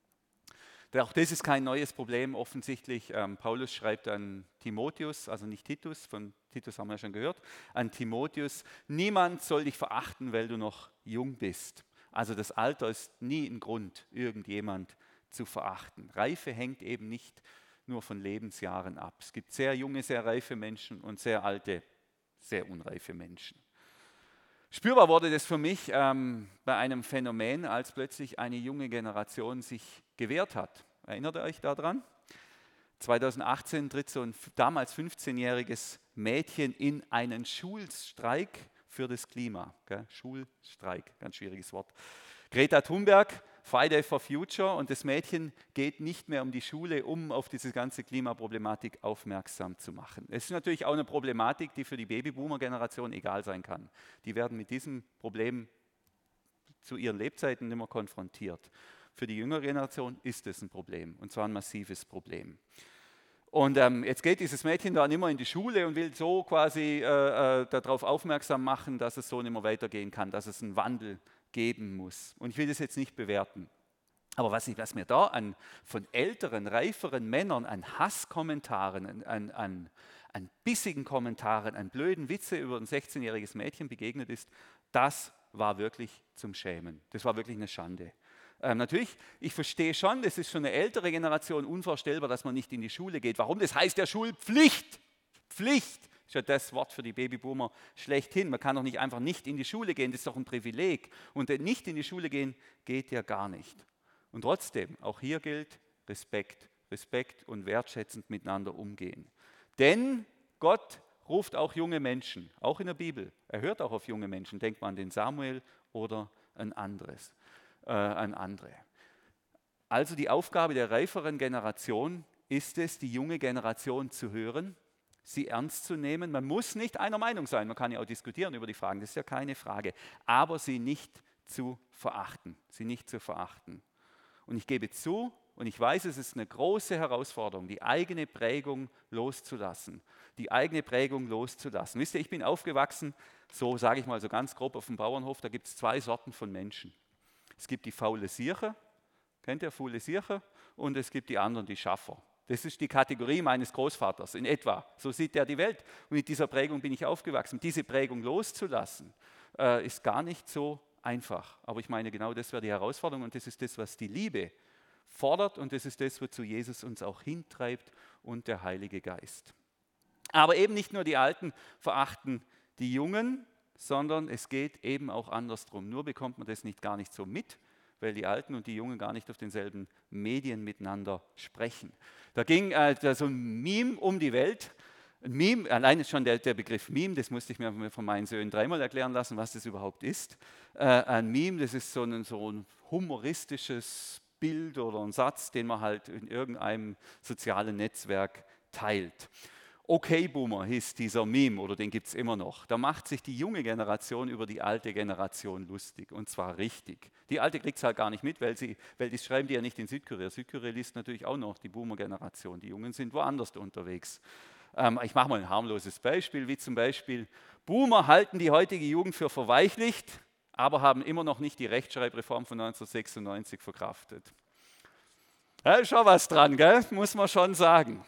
Auch das ist kein neues Problem offensichtlich. Ähm, Paulus schreibt an Timotheus, also nicht Titus, von Titus haben wir ja schon gehört, an Timotheus, niemand soll dich verachten, weil du noch jung bist. Also das Alter ist nie ein Grund, irgendjemand zu verachten. Reife hängt eben nicht nur von Lebensjahren ab. Es gibt sehr junge, sehr reife Menschen und sehr alte, sehr unreife Menschen. Spürbar wurde das für mich ähm, bei einem Phänomen, als plötzlich eine junge Generation sich gewehrt hat. Erinnert ihr euch daran? zweitausendachtzehn tritt so ein damals fünfzehnjähriges Mädchen in einen Schulstreik für das Klima. Gell? Schulstreik, ganz schwieriges Wort. Greta Thunberg, Friday for Future, und das Mädchen geht nicht mehr um die Schule, um auf diese ganze Klimaproblematik aufmerksam zu machen. Es ist natürlich auch eine Problematik, die für die Babyboomer-Generation egal sein kann. Die werden mit diesem Problem zu ihren Lebzeiten nicht mehr konfrontiert. Für die jüngere Generation ist es ein Problem, und zwar ein massives Problem. Und ähm, jetzt geht dieses Mädchen da nicht mehr in die Schule und will so quasi äh, äh, darauf aufmerksam machen, dass es so nicht mehr weitergehen kann, dass es einen Wandel geben muss. Und ich will das jetzt nicht bewerten. Aber was, ich, was mir da an, von älteren, reiferen Männern an Hasskommentaren, an, an, an, an bissigen Kommentaren, an blöden Witze über ein sechzehnjähriges Mädchen begegnet ist, das war wirklich zum Schämen. Das war wirklich eine Schande. Ähm, natürlich, ich verstehe schon, das ist für eine ältere Generation unvorstellbar, dass man nicht in die Schule geht. Warum? Das heißt ja Schulpflicht. Pflicht ist ja das Wort für die Babyboomer schlechthin. Man kann doch nicht einfach nicht in die Schule gehen, das ist doch ein Privileg. Und nicht in die Schule gehen geht ja gar nicht. Und trotzdem, auch hier gilt Respekt, Respekt und wertschätzend miteinander umgehen. Denn Gott ruft auch junge Menschen, auch in der Bibel. Er hört auch auf junge Menschen. Denkt man an den Samuel oder ein anderes. an andere. Also die Aufgabe der reiferen Generation ist es, die junge Generation zu hören, sie ernst zu nehmen. Man muss nicht einer Meinung sein, man kann ja auch diskutieren über die Fragen, das ist ja keine Frage, aber sie nicht zu verachten, sie nicht zu verachten. Und ich gebe zu, und ich weiß, es ist eine große Herausforderung, die eigene Prägung loszulassen, die eigene Prägung loszulassen. Wisst ihr, ich bin aufgewachsen, so sage ich mal so ganz grob auf dem Bauernhof, da gibt es zwei Sorten von Menschen. Es gibt die faule Sieche, kennt ihr faule Sieche? Und es gibt die anderen, die Schaffer. Das ist die Kategorie meines Großvaters in etwa. So sieht er die Welt. Und mit dieser Prägung bin ich aufgewachsen. Diese Prägung loszulassen, äh, ist gar nicht so einfach. Aber ich meine, genau das wäre die Herausforderung und das ist das, was die Liebe fordert und das ist das, wozu Jesus uns auch hintreibt und der Heilige Geist. Aber eben nicht nur die Alten verachten die Jungen, sondern es geht eben auch andersrum. Nur bekommt man das nicht gar nicht so mit, weil die Alten und die Jungen gar nicht auf denselben Medien miteinander sprechen. Da ging äh, so ein Meme um die Welt. Ein Meme, alleine schon der, der Begriff Meme, das musste ich mir von meinen Söhnen dreimal erklären lassen, was das überhaupt ist. Äh, ein Meme, das ist so ein, so ein humoristisches Bild oder ein Satz, den man halt in irgendeinem sozialen Netzwerk teilt. Okay Boomer hieß dieser Meme oder den gibt es immer noch. Da macht sich die junge Generation über die alte Generation lustig und zwar richtig. Die alte kriegt es halt gar nicht mit, weil, sie, weil das schreiben die ja nicht in Südkorea. Südkorea liest natürlich auch noch die Boomer-Generation. Die Jungen sind woanders unterwegs. Ähm, ich mache mal ein harmloses Beispiel, wie zum Beispiel Boomer halten die heutige Jugend für verweichlicht, aber haben immer noch nicht die Rechtschreibreform von neunzehnhundertsechsundneunzig verkraftet. Da ist schon was dran, gell? Muss man schon sagen.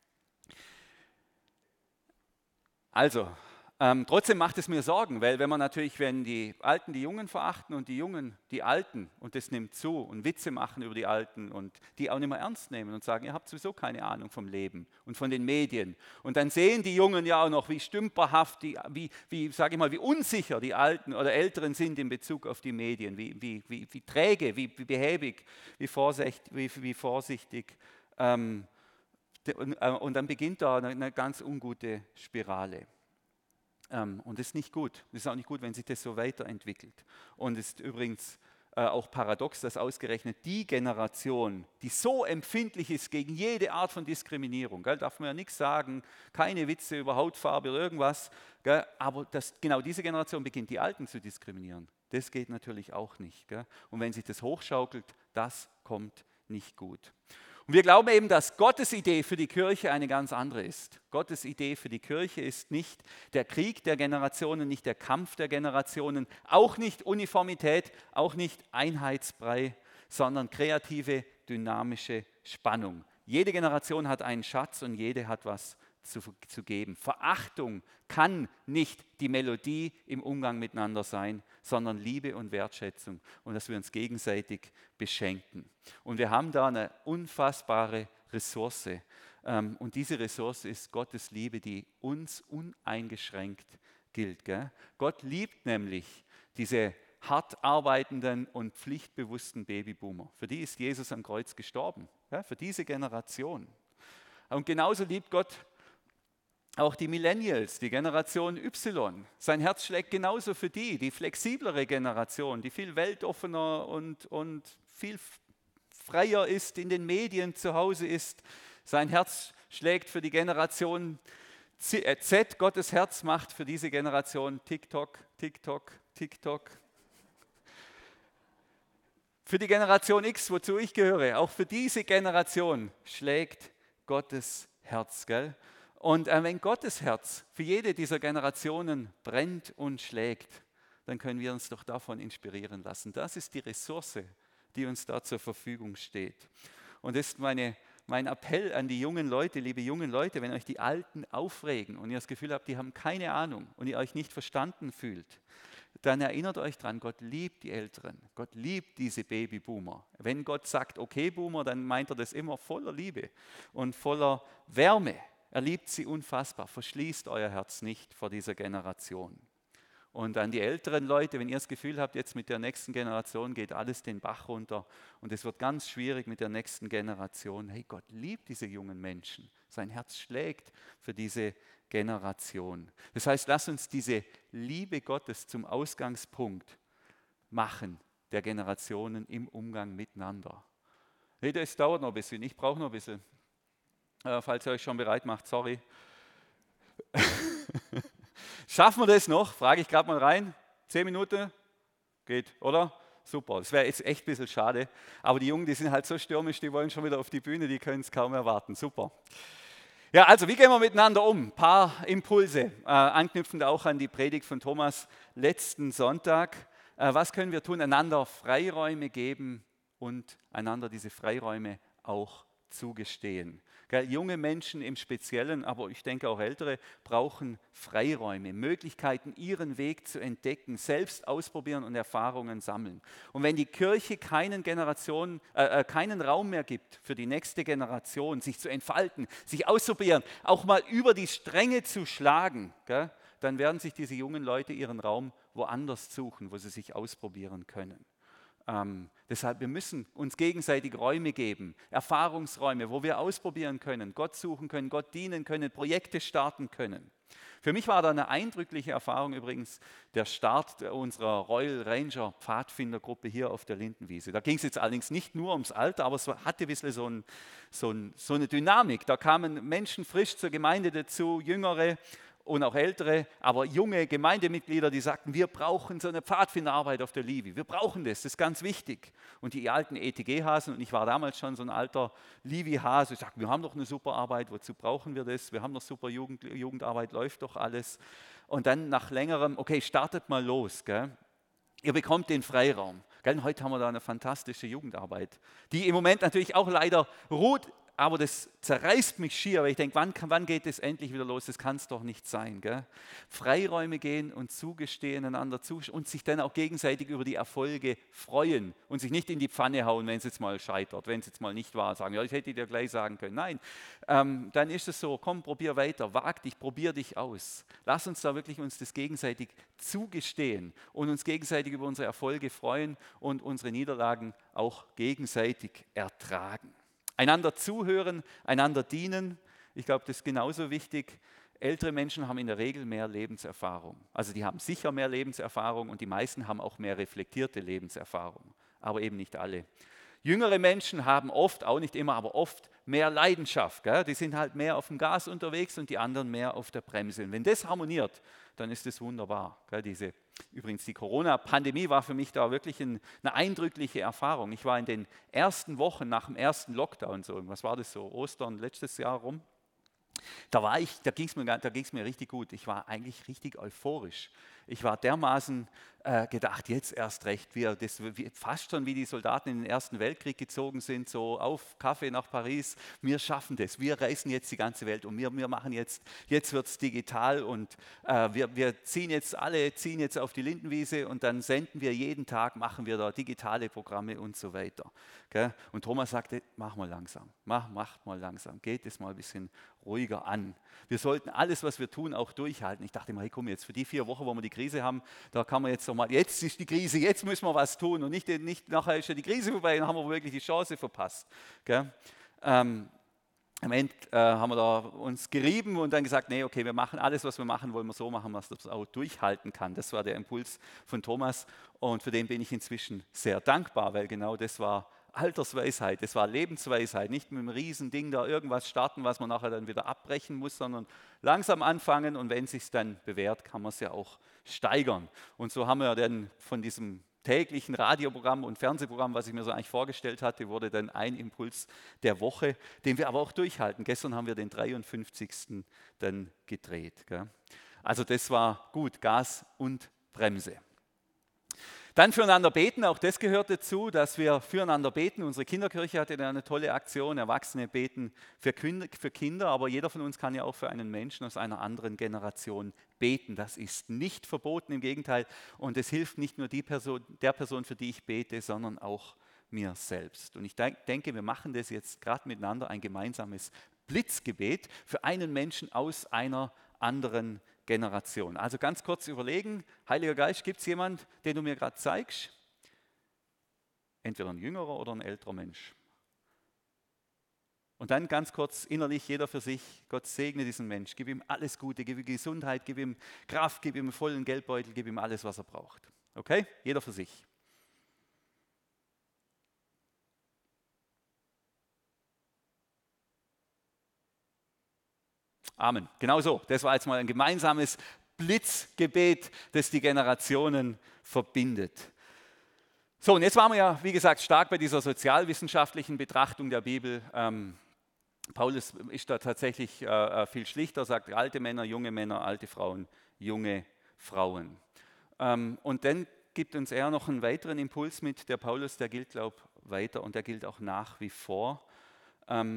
Also, ähm, trotzdem macht es mir Sorgen, weil wenn man natürlich, wenn die Alten die Jungen verachten und die Jungen die Alten und das nimmt zu und Witze machen über die Alten und die auch nicht mehr ernst nehmen und sagen, ihr habt sowieso keine Ahnung vom Leben und von den Medien. Und dann sehen die Jungen ja auch noch, wie stümperhaft, die, wie, wie sage ich mal, wie unsicher die Alten oder Älteren sind in Bezug auf die Medien, wie, wie, wie, wie träge, wie, wie behäbig, wie vorsichtig, wie, wie vorsichtig ähm, Und, äh, und dann beginnt da eine, eine ganz ungute Spirale. Ähm, und das ist nicht gut. Das ist auch nicht gut, wenn sich das so weiterentwickelt. Und es ist übrigens äh, auch paradox, dass ausgerechnet die Generation, die so empfindlich ist gegen jede Art von Diskriminierung, gell, darf man ja nichts sagen, keine Witze über Hautfarbe oder irgendwas, gell, aber dass genau diese Generation beginnt, die Alten zu diskriminieren. Das geht natürlich auch nicht. Gell. Und wenn sich das hochschaukelt, das kommt nicht gut. Und wir glauben eben, dass Gottes Idee für die Kirche eine ganz andere ist. Gottes Idee für die Kirche ist nicht der Krieg der Generationen, nicht der Kampf der Generationen, auch nicht Uniformität, auch nicht Einheitsbrei, sondern kreative, dynamische Spannung. Jede Generation hat einen Schatz und jede hat was zu, zu geben. Verachtung kann nicht die Melodie im Umgang miteinander sein, sondern Liebe und Wertschätzung und dass wir uns gegenseitig beschenken. Und wir haben da eine unfassbare Ressource. Ähm, und diese Ressource ist Gottes Liebe, die uns uneingeschränkt gilt. Gell? Gott liebt nämlich diese hart arbeitenden und pflichtbewussten Babyboomer. Für die ist Jesus am Kreuz gestorben, ja, für diese Generation. Und genauso liebt Gott auch die Millennials, die Generation Y. Sein Herz schlägt genauso für die, die flexiblere Generation, die viel weltoffener und, und viel freier ist, in den Medien zu Hause ist. Sein Herz schlägt für die Generation Z. Gottes Herz macht für diese Generation TikTok, TikTok, TikTok. Für die Generation X, wozu ich gehöre, auch für diese Generation schlägt Gottes Herz, gell? Und äh, wenn Gottes Herz für jede dieser Generationen brennt und schlägt, dann können wir uns doch davon inspirieren lassen. Das ist die Ressource, die uns da zur Verfügung steht. Und das ist meine, mein Appell an die jungen Leute, liebe jungen Leute, wenn euch die Alten aufregen und ihr das Gefühl habt, die haben keine Ahnung und ihr euch nicht verstanden fühlt, dann erinnert euch dran, Gott liebt die Älteren. Gott liebt diese Babyboomer. Wenn Gott sagt, okay Boomer, dann meint er das immer voller Liebe und voller Wärme. Er liebt sie unfassbar. Verschließt euer Herz nicht vor dieser Generation. Und an die älteren Leute, wenn ihr das Gefühl habt, jetzt mit der nächsten Generation geht alles den Bach runter und es wird ganz schwierig mit der nächsten Generation. Hey, Gott liebt diese jungen Menschen. Sein Herz schlägt für diese Generation. Das heißt, lasst uns diese Liebe Gottes zum Ausgangspunkt machen der Generationen im Umgang miteinander. Hey, das dauert noch ein bisschen. Ich brauche noch ein bisschen. Äh, falls ihr euch schon bereit macht, sorry. Schaffen wir das noch? Frage ich gerade mal rein. Zehn Minuten? Geht, oder? Super. Das wäre jetzt echt ein bisschen schade. Aber die Jungen, die sind halt so stürmisch, die wollen schon wieder auf die Bühne, die können es kaum erwarten. Super. Ja, also wie gehen wir miteinander um? Ein paar Impulse, äh, anknüpfend auch an die Predigt von Thomas letzten Sonntag. Äh, was können wir tun? Einander Freiräume geben und einander diese Freiräume auch zugestehen. Gell, junge Menschen im Speziellen, aber ich denke auch ältere, brauchen Freiräume, Möglichkeiten, ihren Weg zu entdecken, selbst ausprobieren und Erfahrungen sammeln. Und wenn die Kirche keinen, Generation, äh, keinen Raum mehr gibt für die nächste Generation, sich zu entfalten, sich auszuprobieren, auch mal über die Stränge zu schlagen, gell, dann werden sich diese jungen Leute ihren Raum woanders suchen, wo sie sich ausprobieren können. Ähm, deshalb, wir müssen uns gegenseitig Räume geben, Erfahrungsräume, wo wir ausprobieren können, Gott suchen können, Gott dienen können, Projekte starten können. Für mich war da eine eindrückliche Erfahrung übrigens der Start unserer Royal Ranger Pfadfindergruppe hier auf der Lindenwiese. Da ging es jetzt allerdings nicht nur ums Alter, aber es hatte ein bisschen so, ein, so, ein, so eine Dynamik. Da kamen Menschen frisch zur Gemeinde dazu, Jüngere und auch ältere, aber junge Gemeindemitglieder, die sagten, wir brauchen so eine Pfadfinderarbeit auf der Livi. Wir brauchen das, das ist ganz wichtig. Und die alten E T G-Hasen, und ich war damals schon so ein alter Livi-Hase, sagten, wir haben doch eine super Arbeit, wozu brauchen wir das? Wir haben doch super Jugend, Jugendarbeit, läuft doch alles. Und dann nach längerem, okay, startet mal los, gell? Ihr bekommt den Freiraum. Gell? Heute haben wir da eine fantastische Jugendarbeit, die im Moment natürlich auch leider ruht, aber das zerreißt mich schier, weil ich denke, wann, wann geht es endlich wieder los? Das kann es doch nicht sein. Gell? Freiräume gehen und zugestehen, einander zugestehen und sich dann auch gegenseitig über die Erfolge freuen und sich nicht in die Pfanne hauen, wenn es jetzt mal scheitert, wenn es jetzt mal nicht war, sagen, ja, ich hätte dir gleich sagen können. Nein, ähm, dann ist es so, komm, probier weiter, wag dich, probier dich aus. Lass uns da wirklich uns das gegenseitig zugestehen und uns gegenseitig über unsere Erfolge freuen und unsere Niederlagen auch gegenseitig ertragen. Einander zuhören, einander dienen, ich glaube, das ist genauso wichtig. Ältere Menschen haben in der Regel mehr Lebenserfahrung. Also die haben sicher mehr Lebenserfahrung und die meisten haben auch mehr reflektierte Lebenserfahrung, aber eben nicht alle. Jüngere Menschen haben oft, auch nicht immer, aber oft mehr Leidenschaft. Gell? Die sind halt mehr auf dem Gas unterwegs und die anderen mehr auf der Bremse. Und wenn das harmoniert, dann ist das wunderbar. Gell? Diese, übrigens, die Corona-Pandemie war für mich da wirklich ein, eine eindrückliche Erfahrung. Ich war in den ersten Wochen nach dem ersten Lockdown, so, was war das so, Ostern letztes Jahr rum, da war ich, da ging es mir, da ging's mir richtig gut. Ich war eigentlich richtig euphorisch. Ich war dermaßen äh, gedacht, jetzt erst recht, wir, das, wir, fast schon wie die Soldaten in den Ersten Weltkrieg gezogen sind, so auf Kaffee nach Paris. Wir schaffen das, wir reisen jetzt die ganze Welt um. Wir, wir machen jetzt, jetzt wird es digital und äh, wir, wir ziehen jetzt alle, ziehen jetzt auf die Lindenwiese und dann senden wir jeden Tag, machen wir da digitale Programme und so weiter. Gell? Und Thomas sagte, mach mal langsam, mach, macht mal langsam, geht es mal ein bisschen ruhiger an. Wir sollten alles, was wir tun, auch durchhalten. Ich dachte mal, hey, komm jetzt, für die vier Wochen, wo wir die Krise haben, da kann man jetzt noch mal, jetzt ist die Krise, jetzt müssen wir was tun und nicht, nicht nachher ist ja die Krise vorbei, dann haben wir wirklich die Chance verpasst. Gell? Ähm, am Ende äh, haben wir da uns gerieben und dann gesagt, nee, okay, wir machen alles, was wir machen, wollen wir so machen, dass das auch durchhalten kann. Das war der Impuls von Thomas und für den bin ich inzwischen sehr dankbar, weil genau das war Altersweisheit, das war Lebensweisheit, nicht mit einem riesen Ding da irgendwas starten, was man nachher dann wieder abbrechen muss, sondern langsam anfangen und wenn es sich dann bewährt, kann man es ja auch steigern. Und so haben wir dann von diesem täglichen Radioprogramm und Fernsehprogramm, was ich mir so eigentlich vorgestellt hatte, wurde dann ein Impuls der Woche, den wir aber auch durchhalten. Gestern haben wir den dreiundfünfzigsten dann gedreht. Gell? Also das war gut, Gas und Bremse. Dann füreinander beten, auch das gehört dazu, dass wir füreinander beten. Unsere Kinderkirche hatte da eine tolle Aktion, Erwachsene beten für Kinder, aber jeder von uns kann ja auch für einen Menschen aus einer anderen Generation beten. Das ist nicht verboten, im Gegenteil. Und es hilft nicht nur die Person, der Person, für die ich bete, sondern auch mir selbst. Und ich denke, wir machen das jetzt gerade miteinander, ein gemeinsames Blitzgebet für einen Menschen aus einer anderen Generation. Also ganz kurz überlegen, Heiliger Geist, gibt es jemanden, den du mir gerade zeigst? Entweder ein jüngerer oder ein älterer Mensch. Und dann ganz kurz innerlich jeder für sich, Gott segne diesen Mensch, gib ihm alles Gute, gib ihm Gesundheit, gib ihm Kraft, gib ihm einen vollen Geldbeutel, gib ihm alles, was er braucht. Okay? Jeder für sich. Amen. Genau so. Das war jetzt mal ein gemeinsames Blitzgebet, das die Generationen verbindet. So, und jetzt waren wir ja, wie gesagt, stark bei dieser sozialwissenschaftlichen Betrachtung der Bibel. Ähm, Paulus ist da tatsächlich äh, viel schlichter, sagt alte Männer, junge Männer, alte Frauen, junge Frauen. Ähm, und dann gibt uns er noch einen weiteren Impuls mit, der Paulus, der gilt, glaube ich, weiter und der gilt auch nach wie vor. Ähm,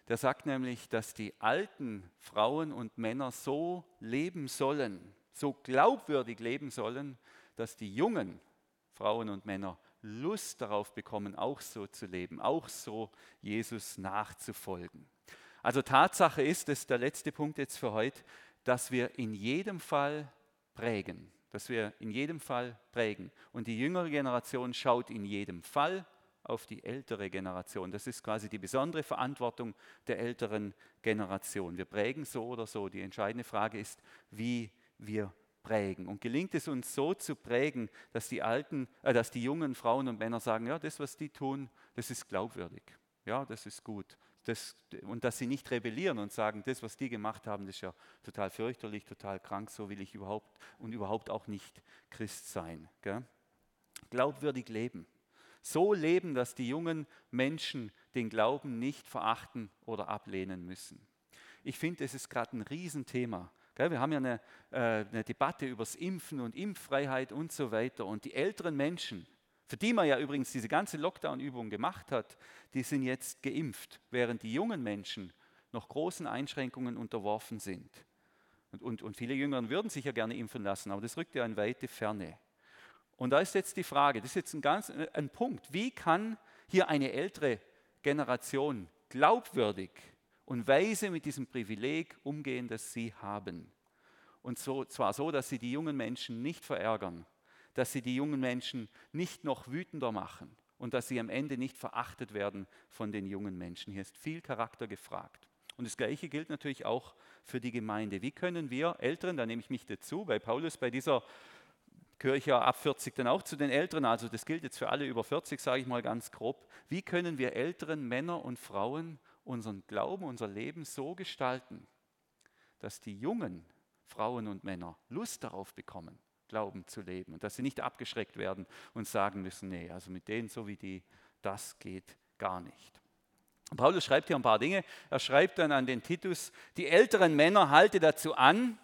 Der sagt nämlich, dass die alten Frauen und Männer so leben sollen, so glaubwürdig leben sollen, dass die jungen Frauen und Männer Lust darauf bekommen, auch so zu leben, auch so Jesus nachzufolgen. Also Tatsache ist, das ist der letzte Punkt jetzt für heute, dass wir in jedem Fall prägen, dass wir in jedem Fall prägen. Und die jüngere Generation schaut in jedem Fall auf die ältere Generation. Das ist quasi die besondere Verantwortung der älteren Generation. Wir prägen so oder so. Die entscheidende Frage ist, wie wir prägen. Und gelingt es uns so zu prägen, dass die alten, äh, dass die jungen Frauen und Männer sagen, ja, das, was die tun, das ist glaubwürdig. Ja, das ist gut. Das, und dass sie nicht rebellieren und sagen, das, was die gemacht haben, das ist ja total fürchterlich, total krank, so will ich überhaupt und überhaupt auch nicht Christ sein. Gell? Glaubwürdig leben. So leben, dass die jungen Menschen den Glauben nicht verachten oder ablehnen müssen. Ich finde, es ist gerade ein Riesenthema. Wir haben ja eine, äh, eine Debatte über das Impfen und Impffreiheit und so weiter. Und die älteren Menschen, für die man ja übrigens diese ganze Lockdown-Übung gemacht hat, die sind jetzt geimpft, während die jungen Menschen noch großen Einschränkungen unterworfen sind. Und, und, und viele Jüngeren würden sich ja gerne impfen lassen, aber das rückt ja in weite Ferne. Und da ist jetzt die Frage, das ist jetzt ein ganz ein Punkt, wie kann hier eine ältere Generation glaubwürdig und weise mit diesem Privileg umgehen, das sie haben? Und so, zwar so, dass sie die jungen Menschen nicht verärgern, dass sie die jungen Menschen nicht noch wütender machen und dass sie am Ende nicht verachtet werden von den jungen Menschen. Hier ist viel Charakter gefragt. Und das Gleiche gilt natürlich auch für die Gemeinde. Wie können wir Älteren, da nehme ich mich dazu, bei Paulus, bei dieser gehöre ich ja ab vierzig dann auch zu den Älteren, also das gilt jetzt für alle über vierzig, sage ich mal ganz grob. Wie können wir älteren Männer und Frauen unseren Glauben, unser Leben so gestalten, dass die jungen Frauen und Männer Lust darauf bekommen, Glauben zu leben und dass sie nicht abgeschreckt werden und sagen müssen, nee, also mit denen so wie die, das geht gar nicht. Und Paulus schreibt hier ein paar Dinge. Er schreibt dann an den Titus, die älteren Männer halte dazu an,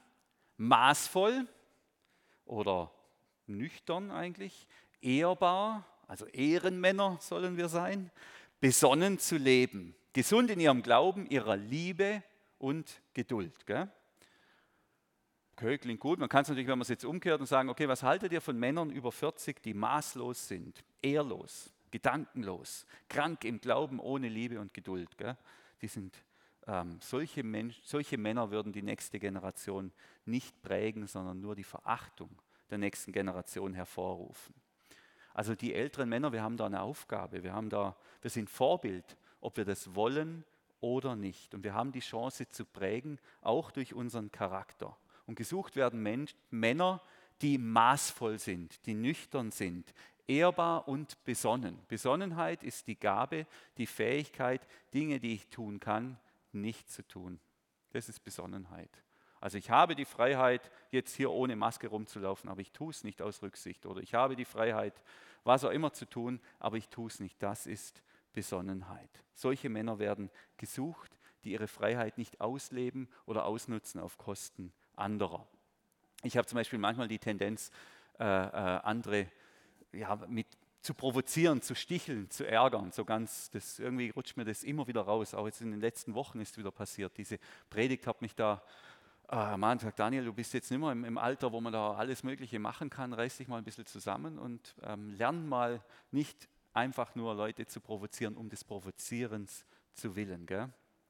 maßvoll oder nüchtern eigentlich, ehrbar, also Ehrenmänner sollen wir sein, besonnen zu leben, gesund in ihrem Glauben, ihrer Liebe und Geduld. Gell? Okay, klingt gut. Man kann es natürlich, wenn man es jetzt umkehrt und sagen, okay, was haltet ihr von Männern über vierzig, die maßlos sind, ehrlos, gedankenlos, krank im Glauben, ohne Liebe und Geduld? Gell? Die sind ähm, solche, Mensch, solche Männer würden die nächste Generation nicht prägen, sondern nur die Verachtung der nächsten Generation hervorrufen. Also die älteren Männer, wir haben da eine Aufgabe, wir, haben da, wir sind Vorbild, ob wir das wollen oder nicht. Und wir haben die Chance zu prägen, auch durch unseren Charakter. Und gesucht werden Mensch, Männer, die maßvoll sind, die nüchtern sind, ehrbar und besonnen. Besonnenheit ist die Gabe, die Fähigkeit, Dinge, die ich tun kann, nicht zu tun. Das ist Besonnenheit. Also ich habe die Freiheit, jetzt hier ohne Maske rumzulaufen, aber ich tue es nicht aus Rücksicht. Oder ich habe die Freiheit, was auch immer zu tun, aber ich tue es nicht. Das ist Besonnenheit. Solche Männer werden gesucht, die ihre Freiheit nicht ausleben oder ausnutzen auf Kosten anderer. Ich habe zum Beispiel manchmal die Tendenz, äh, äh, andere ja, mit zu provozieren, zu sticheln, zu ärgern. So ganz, das, irgendwie rutscht mir das immer wieder raus. Auch jetzt in den letzten Wochen ist wieder passiert. Diese Predigt hat mich da Ah, Mann, sagt Daniel, du bist jetzt nicht mehr im, im Alter, wo man da alles Mögliche machen kann, reiß dich mal ein bisschen zusammen und ähm, lern mal nicht einfach nur Leute zu provozieren, um des Provozierens zu willen. Gell?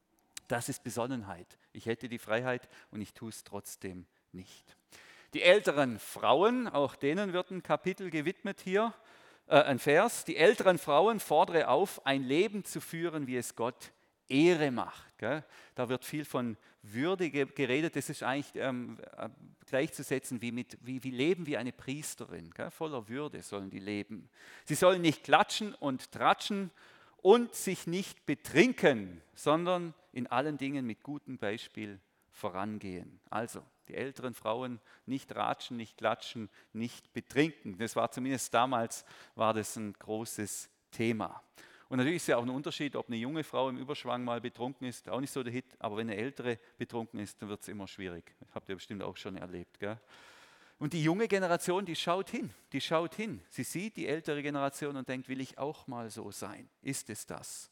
Das ist Besonnenheit. Ich hätte die Freiheit und ich tue es trotzdem nicht. Die älteren Frauen, auch denen wird ein Kapitel gewidmet hier, äh, ein Vers. Die älteren Frauen fordere auf, ein Leben zu führen, wie es Gott Ehre macht. Gell? Da wird viel von Würde geredet, das ist eigentlich ähm, gleichzusetzen wie, mit, wie, wie leben wie eine Priesterin. Gell? Voller Würde sollen die leben. Sie sollen nicht klatschen und tratschen und sich nicht betrinken, sondern in allen Dingen mit gutem Beispiel vorangehen. Also die älteren Frauen nicht ratschen, nicht klatschen, nicht betrinken. Das war zumindest damals war das ein großes Thema. Und natürlich ist ja auch ein Unterschied, ob eine junge Frau im Überschwang mal betrunken ist, auch nicht so der Hit, aber wenn eine ältere betrunken ist, dann wird es immer schwierig. Das habt ihr bestimmt auch schon erlebt. Gell? Und die junge Generation, die schaut hin, die schaut hin. Sie sieht die ältere Generation und denkt, will ich auch mal so sein? Ist es das?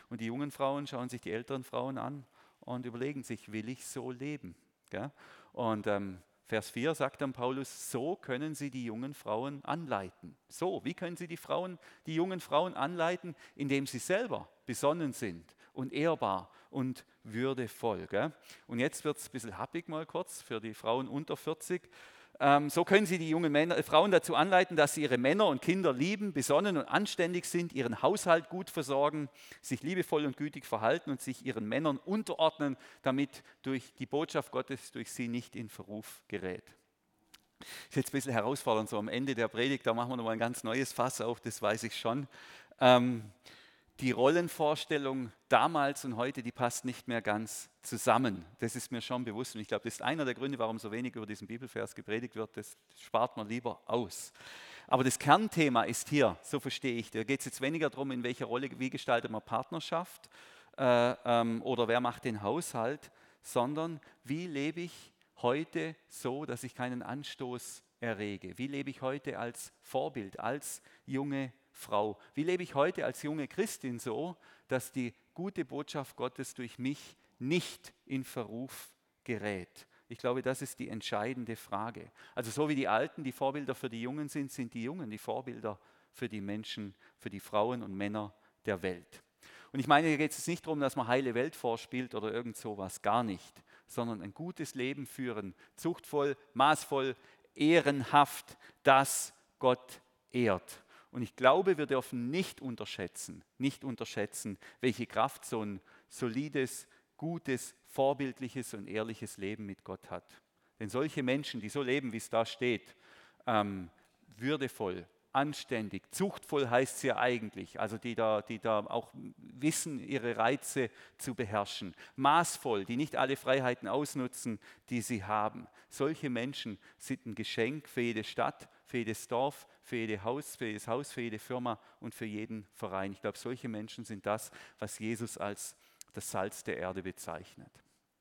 Und die jungen Frauen schauen sich die älteren Frauen an und überlegen sich, will ich so leben? Gell? Und ähm, Vers vier sagt dann Paulus, so können sie die jungen Frauen anleiten. So, wie können sie die Frauen, die jungen Frauen anleiten? Indem sie selber besonnen sind und ehrbar und würdevoll. Gell? Und jetzt wird es ein bisschen happig mal kurz für die Frauen unter vierzig. Ähm, so können sie die jungen Männer, äh, Frauen dazu anleiten, dass sie ihre Männer und Kinder lieben, besonnen und anständig sind, ihren Haushalt gut versorgen, sich liebevoll und gütig verhalten und sich ihren Männern unterordnen, damit durch die Botschaft Gottes durch sie nicht in Verruf gerät. Das ist jetzt ein bisschen herausfordernd, so am Ende der Predigt, da machen wir nochmal ein ganz neues Fass auf, das weiß ich schon. Ähm, Die Rollenvorstellung damals und heute, die passt nicht mehr ganz zusammen. Das ist mir schon bewusst. Und ich glaube, das ist einer der Gründe, warum so wenig über diesen Bibelvers gepredigt wird. Das spart man lieber aus. Aber das Kernthema ist hier, so verstehe ich, da geht es jetzt weniger darum, in welcher Rolle, wie gestaltet man Partnerschaft äh, ähm, oder wer macht den Haushalt, sondern wie lebe ich heute so, dass ich keinen Anstoß errege? Wie lebe ich heute als Vorbild, als junge Frau? Wie lebe ich heute als junge Christin so, dass die gute Botschaft Gottes durch mich nicht in Verruf gerät? Ich glaube, das ist die entscheidende Frage. Also so wie die Alten die Vorbilder für die Jungen sind, sind die Jungen die Vorbilder für die Menschen, für die Frauen und Männer der Welt. Und ich meine, hier geht es nicht darum, dass man heile Welt vorspielt oder irgend sowas, gar nicht, sondern ein gutes Leben führen, zuchtvoll, maßvoll, ehrenhaft, das Gott ehrt. Und ich glaube, wir dürfen nicht unterschätzen, nicht unterschätzen, welche Kraft so ein solides, gutes, vorbildliches und ehrliches Leben mit Gott hat. Denn solche Menschen, die so leben, wie es da steht, ähm, würdevoll, anständig, zuchtvoll heißt es ja eigentlich, also die da, die da auch wissen, ihre Reize zu beherrschen, maßvoll, die nicht alle Freiheiten ausnutzen, die sie haben. Solche Menschen sind ein Geschenk für jede Stadt, für jedes Dorf, für, jede Haus, für jedes Haus, für jede Firma und für jeden Verein. Ich glaube, solche Menschen sind das, was Jesus als das Salz der Erde bezeichnet.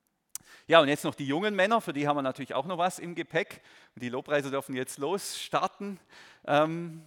Ja, und jetzt noch die jungen Männer, für die haben wir natürlich auch noch was im Gepäck. Und die Lobpreise dürfen jetzt losstarten. Ähm,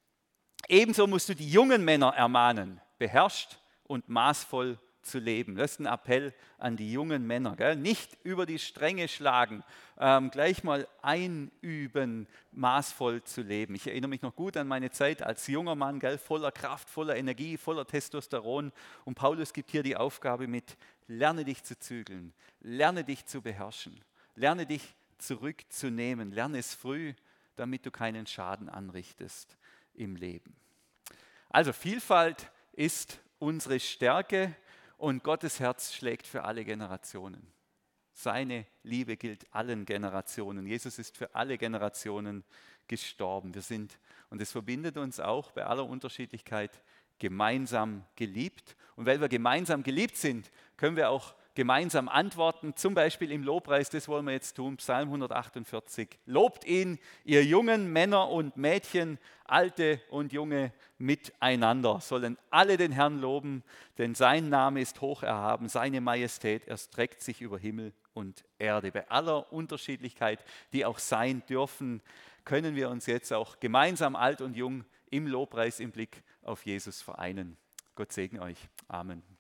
ebenso musst du die jungen Männer ermahnen, beherrscht und maßvoll zu leben. Das ist ein Appell an die jungen Männer. Gell? Nicht über die Stränge schlagen, ähm, gleich mal einüben, maßvoll zu leben. Ich erinnere mich noch gut an meine Zeit als junger Mann, gell? Voller Kraft, voller Energie, voller Testosteron. Und Paulus gibt hier die Aufgabe mit, lerne dich zu zügeln, lerne dich zu beherrschen, lerne dich zurückzunehmen, lerne es früh, damit du keinen Schaden anrichtest im Leben. Also Vielfalt ist unsere Stärke. Und Gottes Herz schlägt für alle Generationen. Seine Liebe gilt allen Generationen. Jesus ist für alle Generationen gestorben. Wir sind, und es verbindet uns auch bei aller Unterschiedlichkeit, gemeinsam geliebt. Und weil wir gemeinsam geliebt sind, können wir auch gemeinsam antworten, zum Beispiel im Lobpreis, das wollen wir jetzt tun, Psalm hundertachtundvierzig. Lobt ihn, ihr jungen Männer und Mädchen, alte und junge miteinander. Sollen alle den Herrn loben, denn sein Name ist hoch erhaben, seine Majestät erstreckt sich über Himmel und Erde. Bei aller Unterschiedlichkeit, die auch sein dürfen, können wir uns jetzt auch gemeinsam alt und jung im Lobpreis im Blick auf Jesus vereinen. Gott segne euch. Amen.